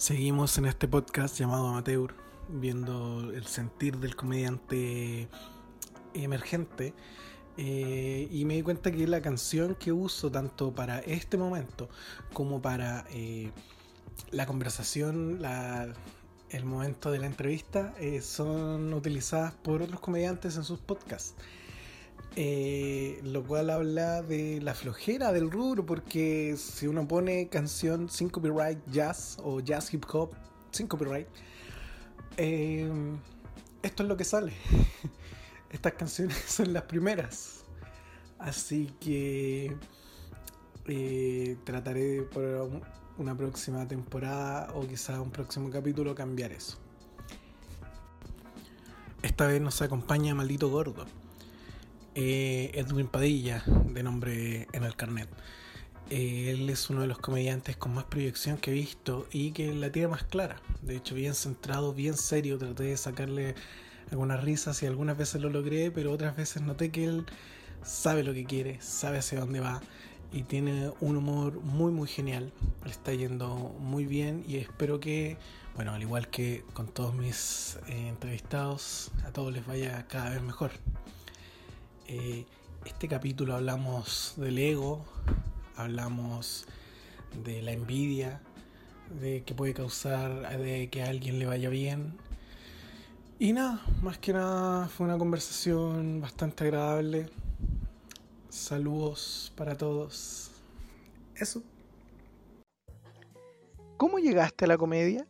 Seguimos en este podcast llamado Amateur, viendo el sentir del comediante emergente. Y me di cuenta que la canción que uso tanto para este momento como para la conversación, el momento de la entrevista, son utilizadas por otros comediantes en sus podcasts. Lo cual habla de la flojera del rubro, porque si uno pone canción sin copyright jazz o jazz hip hop sin copyright, esto es lo que sale. Estas canciones son las primeras, así que trataré por una próxima temporada o quizá un próximo capítulo cambiar eso. Esta vez nos acompaña Maldito Gordo, Edwin Padilla, de nombre en el carnet. Él es uno de los comediantes con más proyección que he visto y que la tiene más clara. De hecho, bien centrado, bien serio. Traté de sacarle algunas risas y algunas veces lo logré, pero otras veces noté que él sabe lo que quiere, sabe hacia dónde va y tiene un humor muy muy genial. Le está yendo muy bien y espero que, bueno, al igual que con todos mis entrevistados, a todos les vaya cada vez mejor. Este capítulo hablamos del ego, hablamos de la envidia, de que puede causar de que a alguien le vaya bien. Y nada, más que nada fue una conversación bastante agradable. Saludos para todos. Eso. ¿Cómo llegaste a la comedia?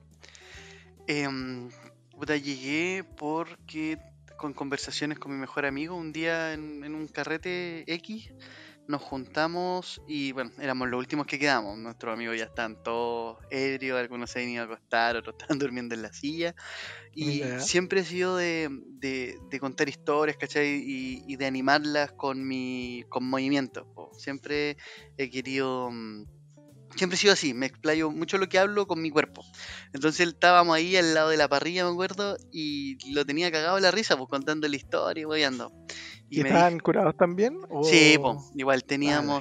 Llegué porque con conversaciones con mi mejor amigo un día en un carrete X nos juntamos y bueno, éramos los últimos que quedamos. Nuestros amigos ya estaban todos ebrios, algunos se habían ido a acostar, otros estaban durmiendo en la silla. Y Ya. siempre he sido de contar historias, ¿cachai? Y de animarlas con movimientos. Siempre he querido... Siempre he sido así, me explayo mucho lo que hablo con mi cuerpo. Entonces estábamos ahí al lado de la parrilla, me acuerdo, y lo tenía cagado de la risa, pues contando la historia y voyando. ¿Y Y me dijo, estaban curados también? sí, pues, ¿O... igual Vale. teníamos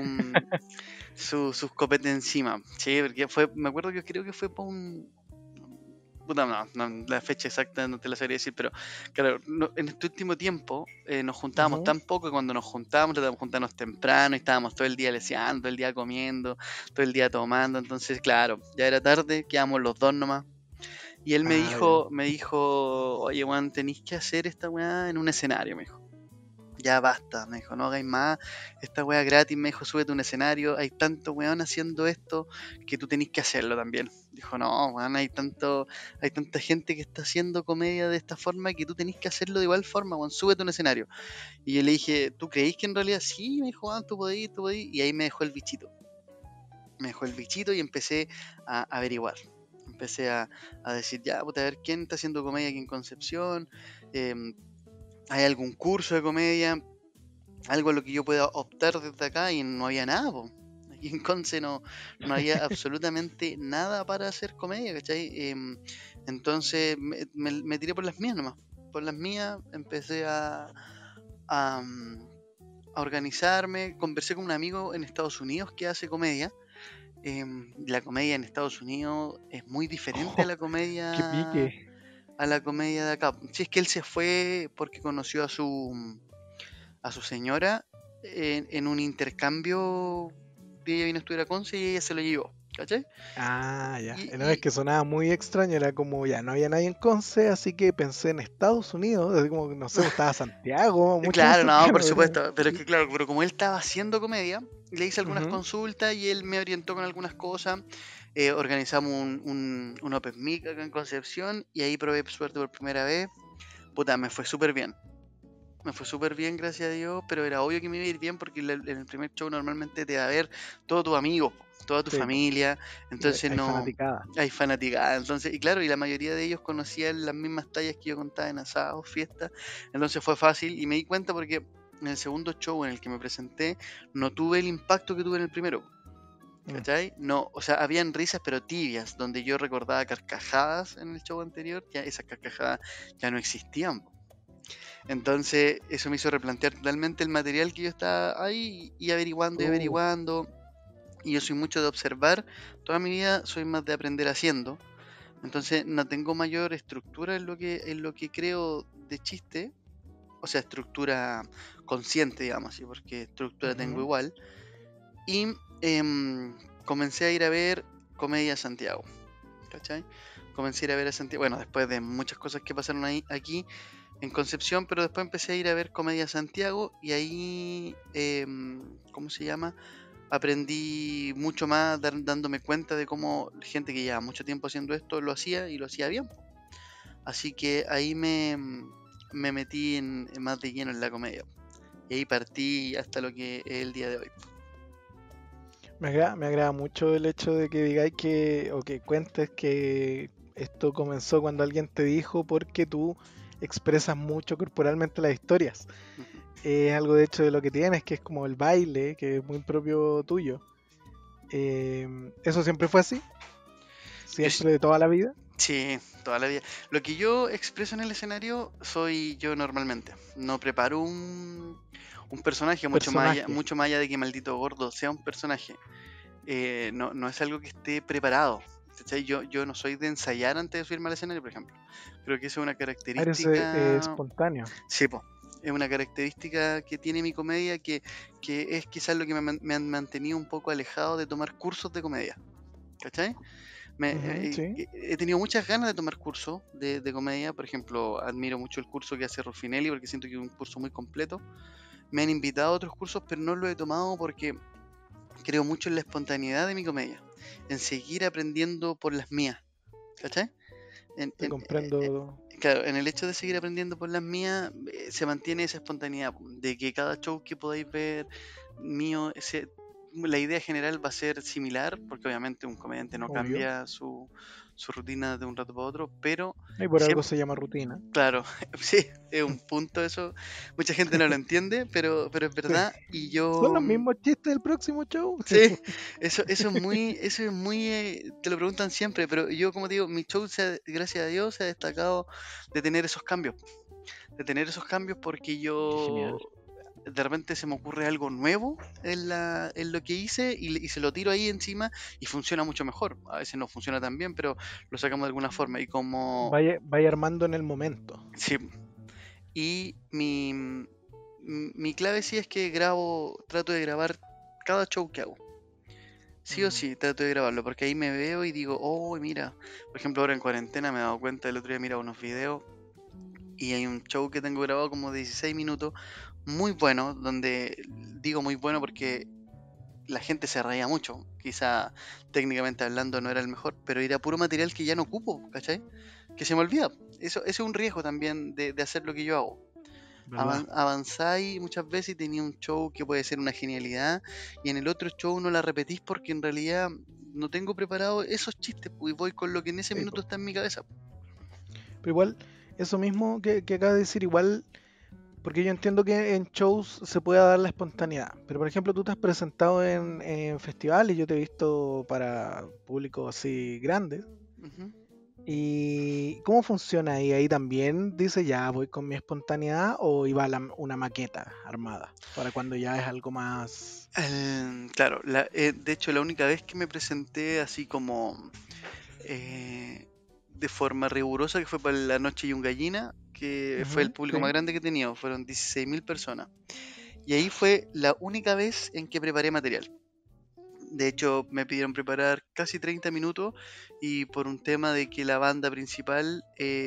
sus copetes encima. Sí, porque me acuerdo que creo que fue para un... Puta, no, la fecha exacta no te la sabría decir, pero claro, en este último tiempo nos juntábamos Ujú. tan poco que cuando nos juntábamos tratábamos de juntarnos temprano y estábamos todo el día leseando, todo el día comiendo, todo el día tomando, entonces claro, ya era tarde, quedamos los dos nomás. Y él Ya. me dijo, oye Juan, tenéis que hacer esta weá en un escenario, me dijo. Ya basta, me dijo, no hagáis más, esta weá gratis, me dijo, súbete a un escenario, hay tanto weón haciendo esto que tú tenés que hacerlo también. Dijo, no, weón, hay tanta gente que está haciendo comedia de esta forma que tú tenés que hacerlo de igual forma, weón, súbete a un escenario. Y yo le dije, ¿tú creéis que en realidad sí? Me dijo, tú podís, y ahí me dejó el bichito. Me dejó el bichito y empecé a averiguar. Empecé a decir, ya, puta, a ver quién está haciendo comedia aquí en Concepción. ¿Hay algún curso de comedia? Algo a lo que yo pueda optar desde acá y no había nada, po. Aquí en Conce no había absolutamente nada para hacer comedia, ¿cachai? Entonces me tiré por las mías nomás. Por las mías empecé a, mm, a organizarme. Conversé con un amigo en Estados Unidos que hace comedia. La comedia en Estados Unidos es muy diferente Oh, qué pique. a la comedia de acá. Si es que él se fue porque conoció a su señora en un intercambio. Ella vino a estudiar a Conce y ella se lo llevó, ¿cachai? Ya. Y, No, es y- que sonaba muy extraño, era como ya no había nadie en Conce, así que pensé en Estados Unidos, así como que no sé, estaba Santiago, mucho más claro, no, por cercano, supuesto, pero es que claro, pero como él estaba haciendo comedia, le hice algunas Ujú. consultas y él me orientó con algunas cosas. Organizamos un Open Mic acá en Concepción y ahí probé suerte por primera vez. Puta, me fue súper bien. Me fue súper bien, gracias a Dios, pero era obvio que me iba a ir bien porque en el primer show normalmente te va a ver todos tus amigos, toda tu Sí, po. familia, entonces Hay no fanaticada. hay fanaticada, entonces, y claro, y la mayoría de ellos conocían las mismas tallas que yo contaba en asados, fiestas, entonces fue fácil y me di cuenta porque en el segundo show en el que me presenté no tuve el impacto que tuve en el primero. Mm. ¿Cachai? No, o sea, habían risas pero tibias, donde yo recordaba carcajadas en el show anterior, ya esas carcajadas ya no existían. Entonces, eso me hizo replantear totalmente el material que yo estaba ahí y averiguando y Uh, averiguando. y yo soy mucho de observar. Toda mi vida soy más de aprender haciendo. Entonces no tengo mayor estructura en lo que creo de chiste. O sea, estructura consciente, digamos así, porque estructura tengo Ujú. igual. Y comencé a ir a ver Comedia Santiago, ¿cachai? Comencé a ir a ver a Santiago, bueno, después de muchas cosas que pasaron ahí, aquí en Concepción, pero después empecé a ir a ver Comedia Santiago y ahí, ¿cómo se llama? Aprendí mucho más dándome cuenta de cómo gente que lleva mucho tiempo haciendo esto lo hacía y lo hacía bien. Así que ahí me metí en más de lleno en la comedia. Y ahí partí hasta lo que es el día de hoy. Me agrada mucho el hecho de que digáis que, o que cuentes que esto comenzó cuando alguien te dijo porque tú expresas mucho corporalmente las historias. Ujú. Es algo de hecho de lo que tienes, que es como el baile, que es muy propio tuyo. ¿Eso siempre fue así? Yo s- ¿Siempre de toda la vida? sí, toda la vida. Lo que yo expreso en el escenario soy yo normalmente. No preparo un personaje Personaje. mucho más allá de que Maldito Gordo sea un personaje. No es algo que esté preparado. ¿Cachai? Yo no soy de ensayar antes de subirme al escenario, por ejemplo. Creo que esa es una Eres característica. espontáneo. Sí, po. Es una característica que tiene mi comedia que es quizás lo que me han mantenido un poco alejado de tomar cursos de comedia. ¿Cachai? Ujú, sí. He tenido muchas ganas de tomar cursos de comedia. Por ejemplo, admiro mucho el curso que hace Ruffinelli porque siento que es un curso muy completo. Me han invitado a otros cursos, pero no lo he tomado porque creo mucho en la espontaneidad de mi comedia. En seguir aprendiendo por las mías. ¿Cachai? En, Te en- comprendo. Claro, en el hecho de seguir aprendiendo por las mías, se mantiene esa espontaneidad, po, de que cada show que podáis ver mío, la idea general va a ser similar, porque obviamente un comediante no Obvio. cambia su rutina de un rato para otro, pero Y por algo siempre, se llama rutina. claro, sí, es un punto eso, mucha gente no lo entiende, pero es Sí. verdad, y Son yo, los mismos chistes del próximo show. sí, eso es muy, te lo preguntan siempre, pero yo como digo, mi show, gracias a Dios, se ha destacado de tener esos cambios, porque Qué yo genial. de repente se me ocurre algo nuevo en lo que hice y se lo tiro ahí encima y funciona mucho mejor. A veces no funciona tan bien, pero lo sacamos de alguna forma. Y como, Vaya armando en el momento. sí, y mi clave sí es que trato de grabar cada show que hago. Sí o Mm. sí, trato de grabarlo, porque ahí me veo y digo, oh, mira, por ejemplo, ahora en cuarentena me he dado cuenta, el otro día mira unos videos y hay un show que tengo grabado como de 16 minutos, muy bueno, donde digo muy bueno porque la gente se reía mucho. Quizá técnicamente hablando no era el mejor, pero era puro material que ya no ocupo, ¿cachai? Que se me olvida. Eso es un riesgo también de hacer lo que yo hago. ¿Verdad? Avanzáis muchas veces y tenía un show que puede ser una genialidad y en el otro show no la repetís porque en realidad no tengo preparado esos chistes pues, y voy con lo que en ese Sí, minuto po. está en mi cabeza. Pero igual, eso mismo que acabas de decir, igual, porque yo entiendo que en shows se puede dar la espontaneidad. Pero por ejemplo, tú te has presentado en festivales, yo te he visto para públicos así grandes. Ujú. ¿Y cómo funciona ahí? Ahí también dice ya voy con mi espontaneidad o iba una maqueta armada para cuando ya es algo más. Claro, de hecho la única vez que me presenté así como eh, de forma rigurosa, que fue para la Noche y un Gallina, que fue el Ujú, público más sí. grande que he tenido, fueron 16.000 personas. Y ahí fue la única vez en que preparé material. De hecho, me pidieron preparar casi 30 minutos y por un tema de que la banda principal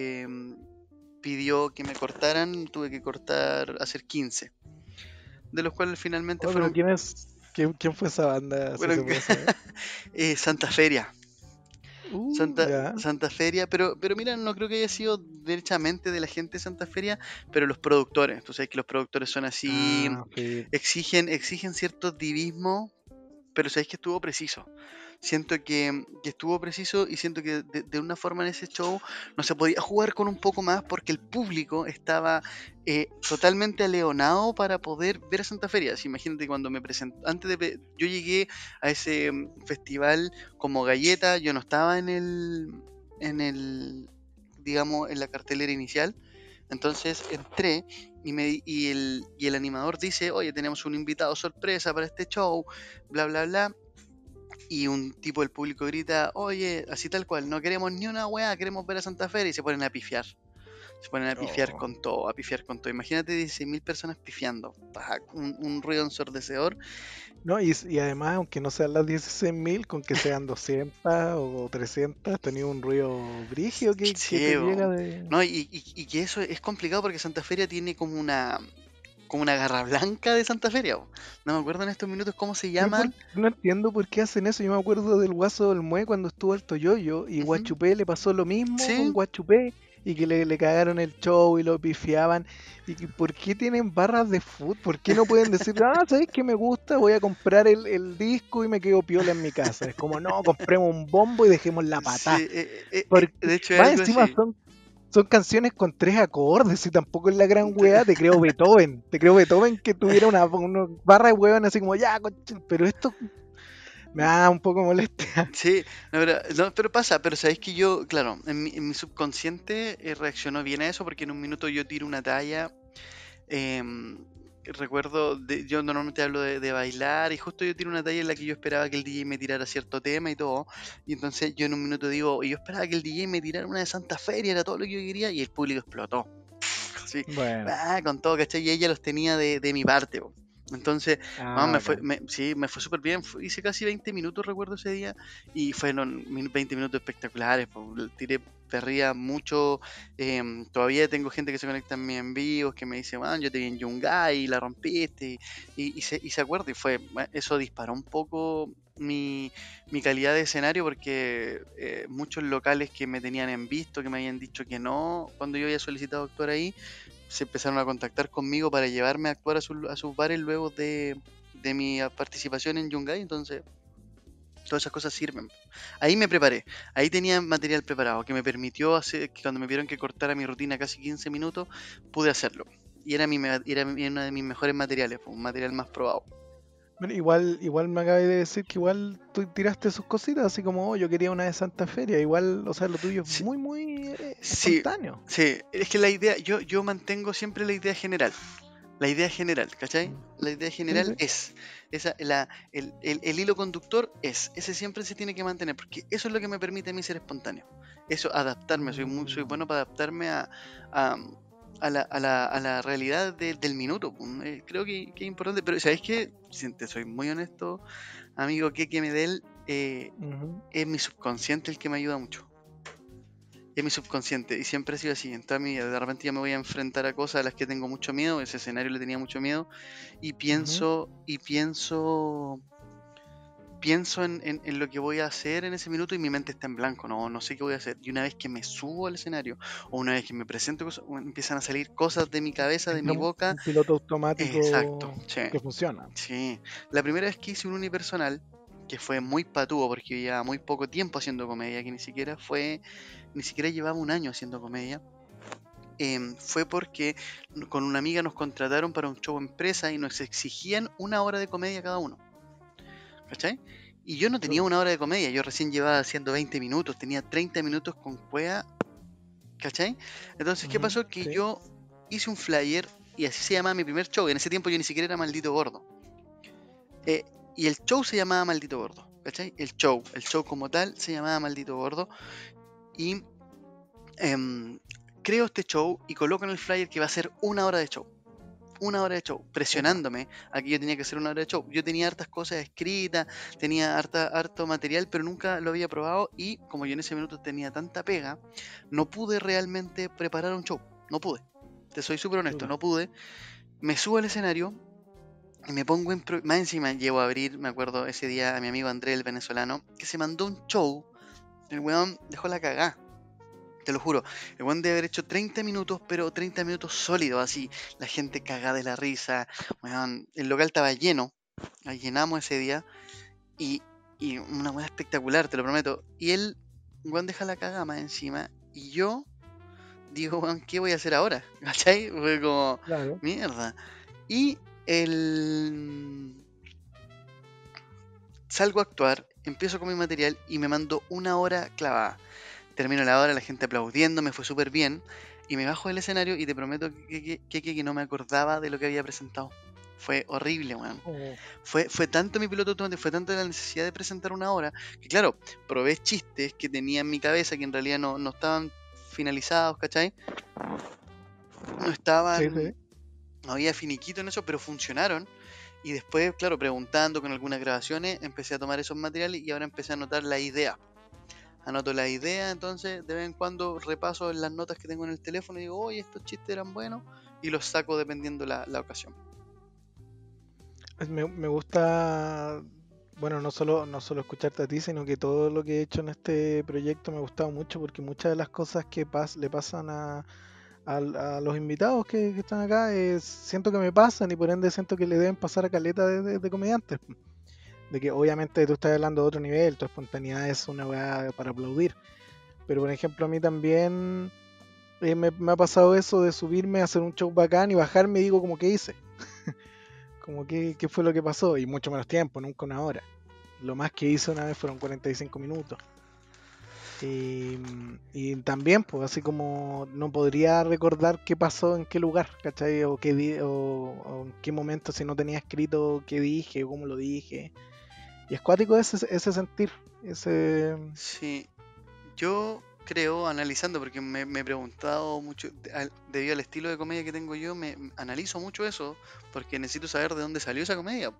pidió que me cortaran, tuve que cortar, hacer 15, de los cuales finalmente Oh, pero fueron, ¿quién es? ¿Quién fue esa banda, si se fueron puede saber? Santa Feria. Ya. Santa Feria, pero mira, no creo que haya sido derechamente de la gente de Santa Feria, pero los productores, tú sabes que los productores son así, Ah, sí. exigen cierto divismo, pero sabéis que estuvo preciso. Siento que estuvo preciso y siento que de una forma en ese show no se podía jugar con un poco más porque el público estaba totalmente aleonado para poder ver a Santa Feria. Así, imagínate cuando me presenté, yo llegué a ese festival como galleta, yo no estaba en el, digamos, en la cartelera inicial. Entonces entré y el animador dice, oye, tenemos un invitado sorpresa para este show, bla, bla, bla. y un tipo del público grita, oye, así tal cual, no queremos ni una weá, queremos ver a Santa Fe, y se ponen a pifiar. Se ponen a pifiar Oh. con todo, a pifiar con todo. Imagínate 16.000 personas pifiando. Un ruido ensordecedor. No, y además, aunque no sean las 16.000, con que sean 200 o 300, tenía un ruido brigio que Sí, te llega de... no, y que eso es complicado porque Santa Feria tiene como una garra blanca de Santa Feria. No me acuerdo en estos minutos cómo se Yo llaman. no entiendo por qué hacen eso. Yo me acuerdo del Guaso del Mue cuando estuvo Alto Yoyo y Ujú. Guachupé le pasó lo mismo con Sí, Guachupé y que le cagaron el show y lo pifiaban. ¿Por qué tienen barras de fútbol? ¿Por qué no pueden decir, ¿sabes qué me gusta? Voy a comprar el disco y me quedo piola en mi casa? Es como, no, compremos un bombo y dejemos la patá. sí, Porque de hecho es más algo encima así. son canciones con 3 acordes y tampoco es la gran weá. Te creo Beethoven que tuviera una barra de weón así como ya, pero esto me da un poco molestia. Sí, no, pero pasa, pero sabéis que yo, claro, en mi subconsciente reaccionó bien a eso porque en un minuto yo tiro una talla. em, Recuerdo, yo normalmente hablo de bailar y justo yo tiro una talla en la que yo esperaba que el DJ me tirara cierto tema y todo. Y entonces yo en un minuto digo, y yo esperaba que el DJ me tirara una de Santa Feria, era todo lo que yo quería y el público explotó. Así, Bueno, con todo, ¿cachai? Y ella los tenía de mi parte, po. Entonces, weón, bacán. sí, me fue súper bien. Hice casi 20 minutos, recuerdo ese día, y fueron 20 minutos espectaculares. Po. Tiré perría mucho. Todavía tengo gente que se conecta en mis envíos que me dice, man, yo te vi en Yungay y la rompiste. Y se acuerda, y eso disparó un poco mi calidad de escenario porque muchos locales que me tenían en visto, que me habían dicho que no cuando yo había solicitado actuar ahí, se empezaron a contactar conmigo para llevarme a actuar a sus bares luego de mi participación en Yungay. Entonces todas esas cosas sirven. Ahí me preparé, ahí tenía material preparado que me permitió hacer que cuando me pidieron que cortara mi rutina casi 15 minutos, pude hacerlo. Y era uno de mis mejores materiales, un material más probado. Bueno, igual me acabas de decir que igual tú tiraste sus cositas, así como, yo quería una de Santa Feria. Igual, o sea, lo tuyo es Sí, muy sí, espontáneo. sí, es que la idea, yo mantengo siempre la idea general. La idea general, ¿cachai? Mm. La idea Sí, general sí. es, el hilo conductor ese siempre se tiene que mantener, porque eso es lo que me permite a mí ser espontáneo. Eso, adaptarme, soy Mm. bueno para adaptarme a, a la realidad del minuto. Creo que es importante, pero ¿sabéis qué? Si te soy muy honesto, amigo, que Medel, Ujú. es mi subconsciente el que me ayuda mucho. Es mi subconsciente y siempre ha sido así. En toda mi vida, de repente ya me voy a enfrentar a cosas a las que tengo mucho miedo. Ese escenario le tenía mucho miedo y Ujú. pienso en lo que voy a hacer en ese minuto y mi mente está en blanco. No sé qué voy a hacer. Y una vez que me subo al escenario o una vez que me presento cosas, empiezan a salir cosas de mi cabeza, de Entra mi un boca. piloto Exacto, automático sí, que funciona. sí. La primera vez que hice un unipersonal, que fue muy patúo porque yo llevaba muy poco tiempo haciendo comedia, que ni siquiera llevaba un año haciendo comedia. Fue porque con una amiga nos contrataron para un show empresa y nos exigían una hora de comedia cada uno. ¿Cachai? Y yo no tenía Chuta. una hora de comedia, yo recién llevaba haciendo 20 minutos, tenía 30 minutos con cuea, ¿cachai? Entonces, ¿qué Ujú. pasó? Que Sí. yo hice un flyer y así se llamaba mi primer show. En ese tiempo yo ni siquiera era Maldito Gordo. Eh, y el show se llamaba Maldito Gordo, ¿cachai? El show como tal se llamaba Maldito Gordo. Y em, creo este show y coloco en el flyer que va a ser una hora de show. Una hora de show, Opa. presionándome a que yo tenía que hacer una hora de show. Yo tenía hartas cosas escritas, tenía harto material, pero nunca lo había probado y como yo en ese minuto tenía tanta pega, no pude realmente preparar un show. No pude. Te soy súper honesto, Chuta. no pude. Me subo al escenario y me pongo más encima llevo a abrir, me acuerdo ese día a mi amigo André, el venezolano, que se mandó un show. El weón dejó la cagá. Te lo juro, el weón debe haber hecho 30 minutos, pero 30 minutos sólidos, así, la gente cagada de la risa, weón, el local estaba lleno, la llenamos ese día, y, y una weá espectacular, te lo prometo, y él, weón, deja la cagada más encima, y yo digo, weón, ¿qué voy a hacer ahora? ¿Cachai? Fue como, Claro. mierda, y el... salgo a actuar, empiezo con mi material, y me mando una hora clavada. Termino la hora, la gente aplaudiendo, me fue súper bien. Y me bajo del escenario y te prometo que no me acordaba de lo que había presentado. Fue horrible, weón. Oh, Fue tanto mi piloto automático, fue tanto la necesidad de presentar una obra, que claro, probé chistes que tenía en mi cabeza que en realidad no estaban finalizados, ¿cachai? No sí, sí. estaban, no había finiquito en eso, pero funcionaron. Y después, claro, preguntando con algunas grabaciones, empecé a tomar esos materiales y ahora empecé a anotar la idea. Anoto la idea, entonces de vez en cuando repaso las notas que tengo en el teléfono y digo, oye, estos chistes eran buenos, y los saco dependiendo la ocasión. Me gusta, bueno, no solo escucharte a ti, sino que todo lo que he hecho en este proyecto me ha gustado mucho porque muchas de las cosas que le pasan a los invitados que están acá, siento que me pasan y por ende siento que le deben pasar a caleta de comediantes. De que obviamente tú estás hablando de otro nivel, tu espontaneidad es una weá para aplaudir. Pero por ejemplo a mí también me ha pasado eso de subirme a hacer un show bacán y bajarme y digo como que hice. Como que qué fue lo que pasó y mucho menos tiempo, nunca una hora. Lo más que hice una vez fueron 45 minutos. Y también, pues así como no podría recordar qué pasó en qué lugar, ¿cachai? O en qué momento, si no tenía escrito qué dije o cómo lo dije. Y es cuático ese sentir, ese... Sí, yo creo, analizando, porque me he preguntado mucho, debido al estilo de comedia que tengo yo, me analizo mucho eso, porque necesito saber de dónde salió esa comedia.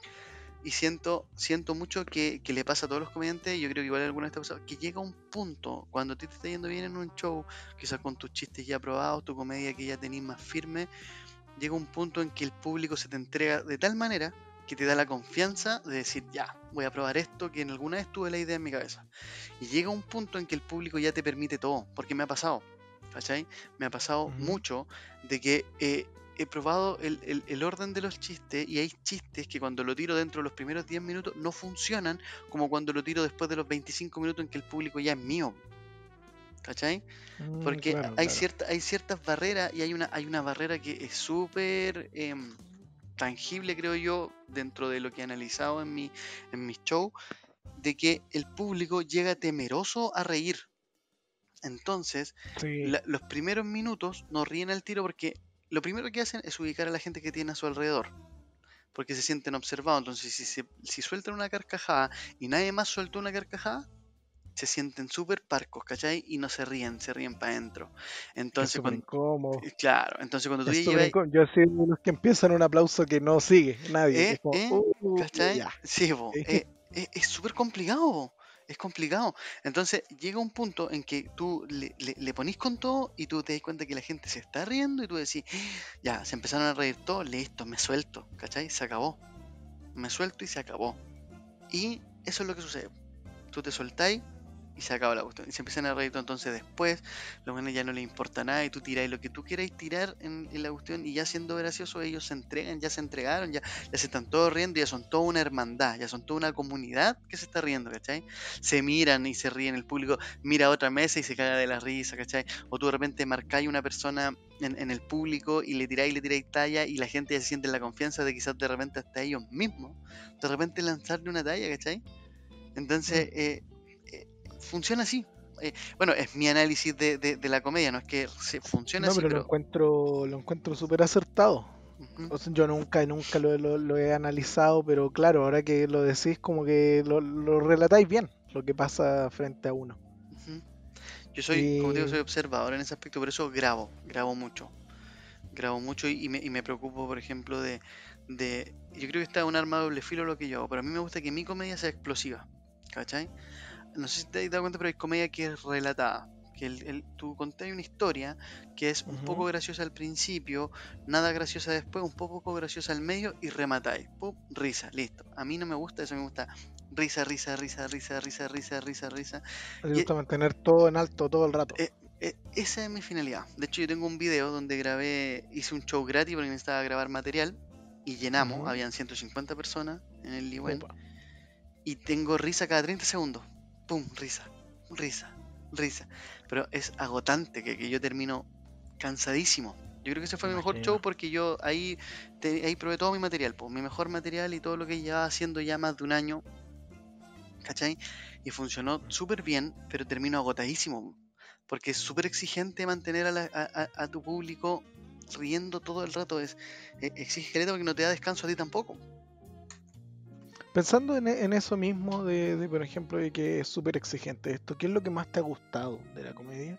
Y siento mucho que le pasa a todos los comediantes, y yo creo que igual alguna vez te ha pasado, que llega un punto, cuando a ti te está yendo bien en un show, quizás con tus chistes ya probados, tu comedia que ya tenés más firme, llega un punto en que el público se te entrega de tal manera que te da la confianza de decir, ya, voy a probar esto, que en alguna vez tuve la idea en mi cabeza. Y llega un punto en que el público ya te permite todo, porque me ha pasado, ¿cachai? Me ha pasado Ujú. mucho de que he probado el orden de los chistes, y hay chistes que cuando lo tiro dentro de los primeros 10 minutos no funcionan como cuando lo tiro después de los 25 minutos en que el público ya es mío, ¿cachai? Porque Claro, claro. hay ciertas barreras, y hay una barrera que es súper tangible, creo yo, dentro de lo que he analizado en mis shows, de que el público llega temeroso a reír. Entonces, Sí, los primeros minutos no ríen al tiro porque lo primero que hacen es ubicar a la gente que tiene a su alrededor, porque se sienten observados. Entonces, si sueltan una carcajada y nadie más suelta una carcajada, se sienten súper parcos, ¿cachai? Y no se ríen para adentro. es Entonces, súper incómodo. claro, entonces cuando tú Es ya súper llevas, incómodo. Yo soy de los que empiezan un aplauso que no sigue nadie. Es como, ¿cachai? ya. Sí, po, Sí. es súper complicado, po, es complicado. Entonces llega un punto en que tú le ponís con todo y tú te das cuenta que la gente se está riendo y tú decís, ya, se empezaron a reír todos, listo, me suelto, ¿cachai? Se acabó. Me suelto y se acabó. Y eso es lo que sucede. Tú te soltáis y se acaba la cuestión. Y se empiezan a reír todo. Entonces después, los buenos ya no les importa nada y tú tiráis lo que tú queráis tirar en la cuestión, y ya siendo gracioso ellos se entregan, ya se entregaron, ya se están todos riendo, ya son toda una hermandad, ya son toda una comunidad que se está riendo, ¿cachai? Se miran y se ríen, el público mira a otra mesa y se caga de la risa, ¿cachai? O tú de repente marcáis una persona en el público y le tiráis talla, y la gente ya se siente en la confianza de quizás de repente hasta ellos mismos, de repente lanzarle una talla, ¿cachai? Mm. Entonces, eh, funciona así. Bueno, es mi análisis de la comedia, no es que funcione No, así, pero pero lo encuentro súper acertado. ujú, O sea, yo nunca lo he analizado, pero claro, ahora que lo decís, como que lo relatáis bien, lo que pasa frente a uno. ujú. Yo soy, como te digo, Y, soy observador en ese aspecto, por eso grabo mucho, y me preocupo, por ejemplo, yo creo que está un arma de doble filo lo que yo hago, pero a mí me gusta que mi comedia sea explosiva, ¿cachai? No sé si te has dado cuenta, pero hay comedia que es relatada. Que tú contás una historia que es un poco ujú, graciosa al principio, nada graciosa después, un poco graciosa al medio y rematáis. ¡Pum! Risa, listo. A mí no me gusta eso, me gusta risa, risa, risa, risa, risa, risa, risa, risa. me Y gusta mantener todo en alto todo el rato. esa es mi finalidad. De hecho, yo tengo un video donde hice un show gratis porque necesitaba grabar material y llenamos, Ujú. habían 150 personas en el Liwen, Upa. y tengo risa cada 30 segundos. ¡Pum! Risa, risa, risa. Pero es agotante, que yo termino cansadísimo. Yo creo que ese fue Me mi mejor imagino. show porque yo ahí probé todo mi material, pues, mi mejor material y todo lo que llevaba haciendo ya más de un año, ¿cachai? Y funcionó súper bien, pero termino agotadísimo, porque es súper exigente mantener a tu público riendo todo el rato. Exige caleta porque no te da descanso a ti tampoco. Pensando en eso mismo por ejemplo, de que es súper exigente esto, ¿qué es lo que más te ha gustado de la comedia?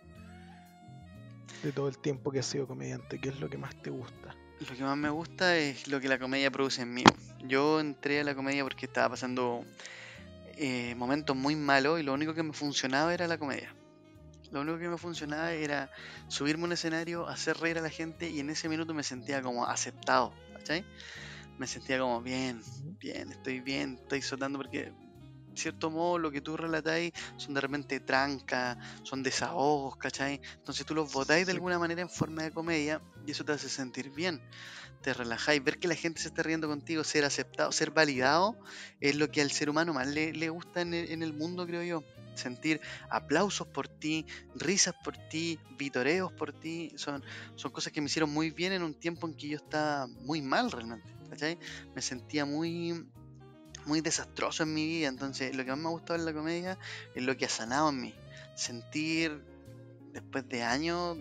De todo el tiempo que has sido comediante, ¿qué es lo que más te gusta? Lo que más me gusta es lo que la comedia produce en mí. Yo entré a la comedia porque estaba pasando momentos muy malos y lo único que me funcionaba era la comedia. Lo único que me funcionaba era subirme a un escenario, hacer reír a la gente y en ese minuto me sentía como aceptado, ¿cachai? Me sentía como bien, estoy soltando porque, de cierto modo, lo que tú relatáis son de repente trancas, son desahogos, ¿cachai? Entonces tú los botáis de Sí, alguna manera en forma de comedia y eso te hace sentir bien, te relajáis, ver que la gente se está riendo contigo, ser aceptado, ser validado, es lo que al ser humano más le gusta en el mundo, creo yo. Sentir aplausos por ti, risas por ti, vitoreos por ti, son cosas que me hicieron muy bien en un tiempo en que yo estaba muy mal realmente, ¿cachai? Me sentía muy desastroso en mi vida, entonces lo que más me ha gustado en la comedia es lo que ha sanado en mí. Sentir, después de años,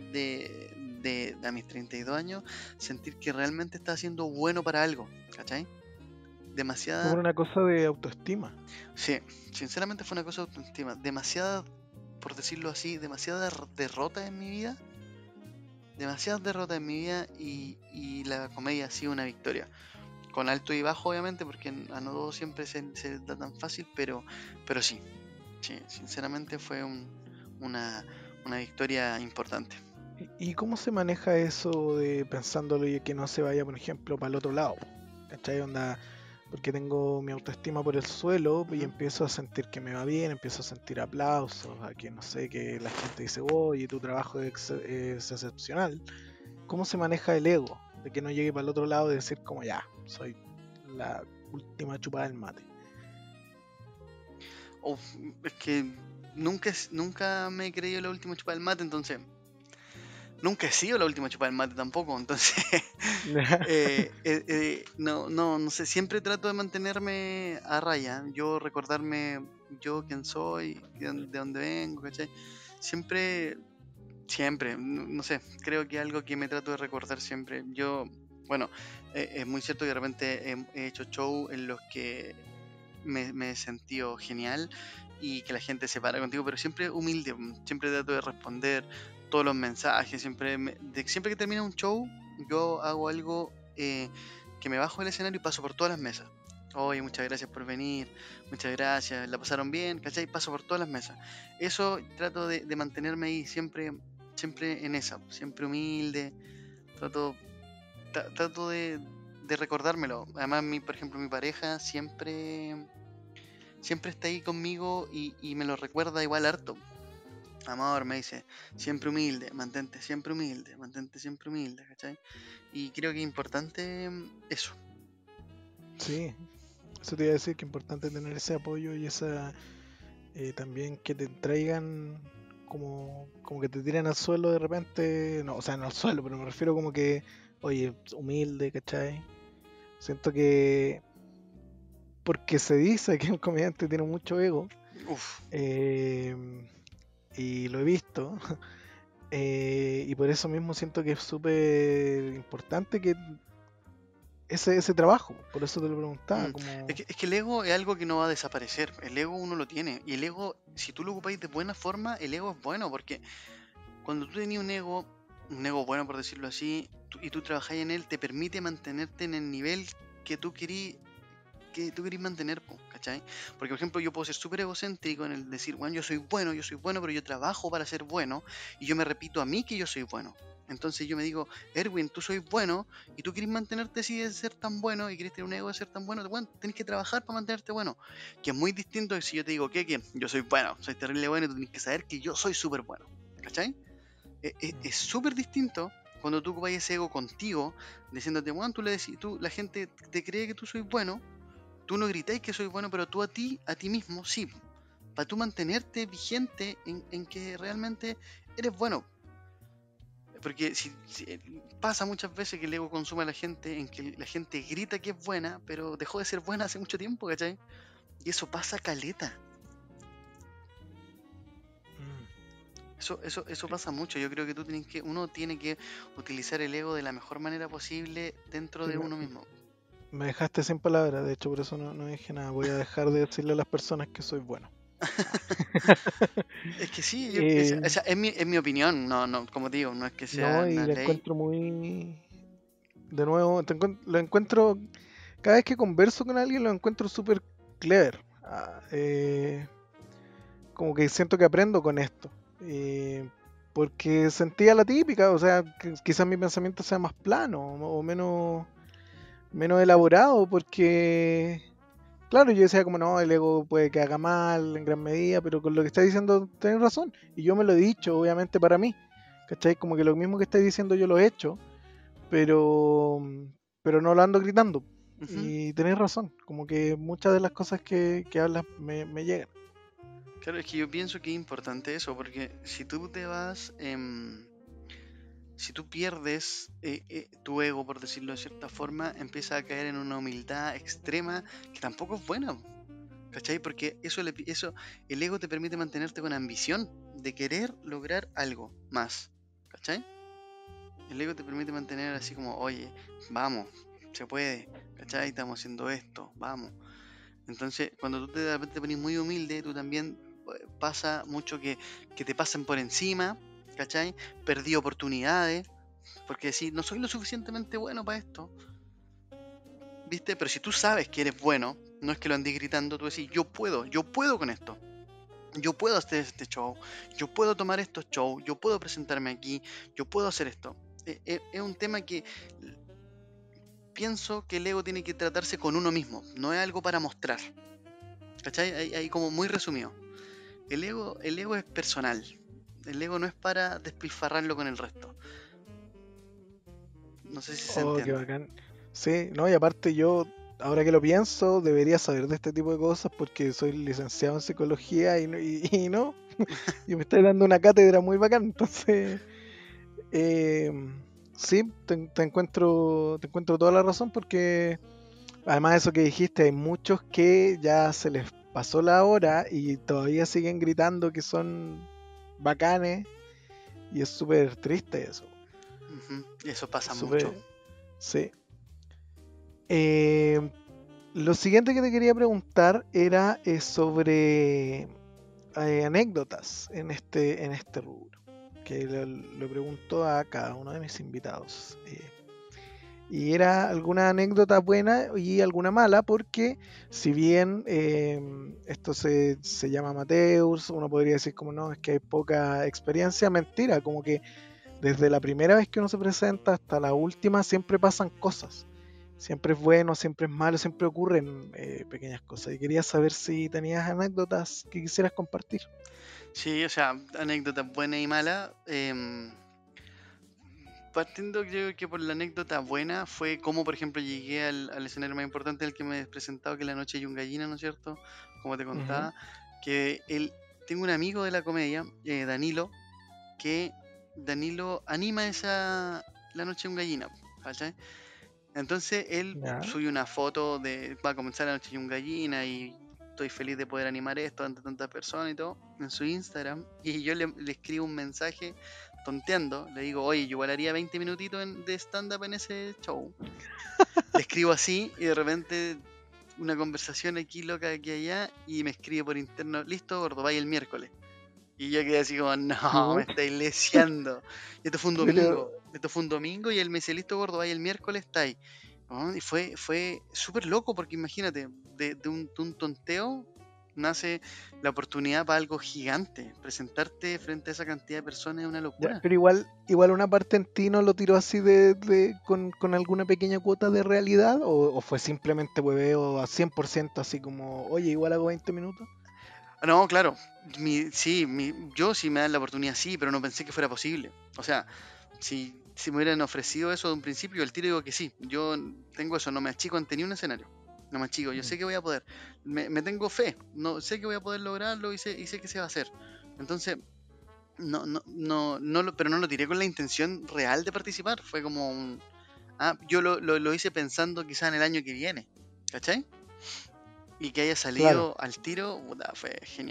a mis 32 años, sentir que realmente estaba siendo bueno para algo, ¿cachai? como Demasiada, una cosa de autoestima. sí, sinceramente fue una cosa de autoestima, demasiada, por decirlo así, derrotas en mi vida, demasiadas derrotas en mi vida y la comedia ha sido una victoria. Con alto y bajo, obviamente, porque a no todo siempre se da tan fácil, pero sí, sinceramente fue una victoria importante. ¿Y cómo se maneja eso de pensándolo y que no se vaya, por ejemplo, para el otro lado? ¿Cachai? Onda, porque tengo mi autoestima por el suelo y Ujú. empiezo a sentir que me va bien, empiezo a sentir aplausos, a que no sé, que la gente dice, oye, tu trabajo es excepcional. ¿Cómo se maneja el ego? De que no llegue para el otro lado y decir como ya, soy la última chupada del mate. Uf, es que nunca me he creído la última chupa del mate, entonces nunca he sido la última chupa del mate tampoco, entonces no sé, siempre trato de mantenerme a raya, yo recordarme yo quién soy, de dónde vengo, ¿cachai? Siempre, siempre, no sé, creo que algo que me trato de recordar siempre, bueno, es muy cierto que de repente he hecho show en los que me he sentido genial y que la gente se para contigo, pero siempre humilde, siempre trato de responder todos los mensajes, siempre que termina un show, yo hago algo que me bajo del escenario y paso por todas las mesas. Oye, muchas gracias por venir, muchas gracias, la pasaron bien, ¿cachai? Paso por todas las mesas. Eso trato de mantenerme ahí siempre en esa, siempre humilde, trato, trato de recordármelo. Además, por ejemplo, mi pareja siempre está ahí conmigo y me lo recuerda igual harto. Amor, me dice, mantente siempre humilde, ¿cachai? Y creo que es importante eso. Sí, eso te iba a decir que es importante tener ese apoyo y esa también que te traigan como que te tiran al suelo de repente, no, o sea, no al suelo, pero me refiero como que, oye, humilde, ¿cachai? Siento que porque se dice que el comediante tiene mucho ego, Uf, eh, y lo he visto, y por eso mismo siento que es súper importante que ese trabajo, por eso te lo preguntaba, mm, como... es que el ego es algo que no va a desaparecer. El ego uno lo tiene. Y el ego, si tú lo ocupáis de buena forma, el ego es bueno. Porque cuando tú tenías un ego bueno por decirlo así, y tú trabajáis en él, te permite mantenerte en el nivel que tú querís mantener, po, ¿cachai? Porque, por ejemplo, yo puedo ser súper egocéntrico en el decir, bueno, yo soy bueno, pero yo trabajo para ser bueno, y yo me repito a mí que yo soy bueno. Entonces yo me digo, Erwin, tú soy bueno, y tú querés mantenerte así de ser tan bueno, y querés tener un ego de ser tan bueno, bueno, tenés que trabajar para mantenerte bueno. Que es muy distinto de si yo te digo, ¿qué? Yo soy bueno, soy terrible bueno, y tú tienes que saber que yo soy súper bueno, ¿cachai? Es súper distinto cuando tú ocupás ese ego contigo, diciéndote, bueno, tú le decís, la gente te cree que tú soy bueno, tú no gritáis que soy bueno, pero tú a ti mismo, sí. Para tú mantenerte vigente en que realmente eres bueno. Porque pasa muchas veces que el ego consume a la gente, en que la gente grita que es buena, pero dejó de ser buena hace mucho tiempo, ¿cachai? Y eso pasa caleta. Eso pasa mucho. Yo creo que uno tiene que utilizar el ego de la mejor manera posible dentro Sí, de uno mismo. me dejaste sin palabras, de hecho por eso no dije nada. Voy a dejar de decirle a las personas que soy bueno. Es que sí, Eh, esa es mi opinión, no, como te digo, no es que sea no, y una la ley. encuentro muy... De nuevo, lo encuentro... Cada vez que converso con alguien lo encuentro súper clever. Como que siento que aprendo con esto. Porque sentía la típica, o sea, quizás mi pensamiento sea más plano o menos elaborado, porque, claro, yo decía como no, el ego puede que haga mal en gran medida, pero con lo que está diciendo tenés razón. Y yo me lo he dicho, obviamente, para mí. ¿Cachai? Como que lo mismo que estáis diciendo yo lo he hecho, pero, pero no lo ando gritando. Ujú. Y tenés razón, como que muchas de las cosas que hablas me llegan. Claro, es que yo pienso que es importante eso, porque si tú te vas, si tú pierdes tu ego, por decirlo de cierta forma, empiezas a caer en una humildad extrema que tampoco es buena, ¿cachai? Porque el ego te permite mantenerte con ambición de querer lograr algo más, ¿cachai? El ego te permite mantener así como, oye, vamos, se puede, ¿cachai? Estamos haciendo esto, vamos. Entonces, cuando tú de repente te pones muy humilde, tú también pasa mucho que te pasen por encima, ¿cachai? Perdí oportunidades, porque si no soy lo suficientemente bueno para esto, ¿viste? Pero si tú sabes que eres bueno, no es que lo andes gritando, tú decís, yo puedo con esto. Yo puedo hacer este show, yo puedo tomar estos shows, yo puedo presentarme aquí, yo puedo hacer esto. Es un tema que pienso que el ego tiene que tratarse con uno mismo, no es algo para mostrar. ¿Cachai? Ahí como muy resumido. El ego es personal. El ego no es para despilfarrarlo con el resto. No sé si se Oh, qué entiende. bacán. Sí, no, y aparte yo, ahora que lo pienso, debería saber de este tipo de cosas porque soy licenciado en psicología y no, y me está dando una cátedra muy bacán. Entonces, eh, sí, te encuentro toda la razón porque además de eso que dijiste, hay muchos que ya se les pasó la hora y todavía siguen gritando que son bacanes y es súper triste eso. Ujú. Y eso pasa Es mucho. súper, sí. Eh, Lo siguiente que te quería preguntar era sobre anécdotas en este rubro, que lo pregunto a cada uno de mis invitados. Y era alguna anécdota buena y alguna mala, porque si bien esto se llama amateurs, uno podría decir como no, es que hay poca experiencia, mentira, como que desde la primera vez que uno se presenta hasta la última siempre pasan cosas. Siempre es bueno, siempre es malo, siempre ocurren pequeñas cosas. Y quería saber si tenías anécdotas que quisieras compartir. Sí, o sea, anécdota buena y mala. Partiendo creo que por la anécdota buena fue como por ejemplo llegué al escenario más importante del que me he presentado, que es la noche hay un gallina, ¿no es cierto? Como te Ujú. contaba, que tengo un amigo de la comedia, Danilo, que Danilo anima la noche hay un gallina, ¿cachai? Entonces él Ya. subió una foto de va a comenzar la noche y un gallina y estoy feliz de poder animar esto ante tantas personas y todo en su Instagram y yo le escribo un mensaje tonteando, le digo, oye, yo igual haría 20 minutitos de stand-up en ese show. Le escribo así y de repente una conversación aquí loca aquí allá y me escribe por interno, listo, gordo, vaya el miércoles. Y yo quedé así como, no, me ¿Qué? estáis leseando. Esto fue un Pero, domingo. Esto fue un domingo y él me dice, listo, gordo, vaya el miércoles, está ahí. ¿No? Y fue súper loco porque imagínate, de un tonteo nace la oportunidad para algo gigante. Presentarte frente a esa cantidad de personas es una ya, locura. pero igual una parte en ti no lo tiró así con alguna pequeña cuota de realidad, o fue simplemente hueveo a 100% así como, oye, igual hago 20 minutos. No, claro, yo si me dan la oportunidad sí, pero no pensé que fuera posible. O sea, si me hubieran ofrecido eso de un principio, el tiro digo que sí. Yo tengo eso, no me achico ante ni un escenario. No me achico, yo Mm, sé que voy a poder. Me tengo fe, no, sé que voy a poder lograrlo y sé que se va a hacer. Entonces, pero no lo tiré con la intención real de participar. Fue como yo lo hice pensando quizá en el año que viene. ¿Cachai? Y que haya claro. salido al tiro, puta, fue genial.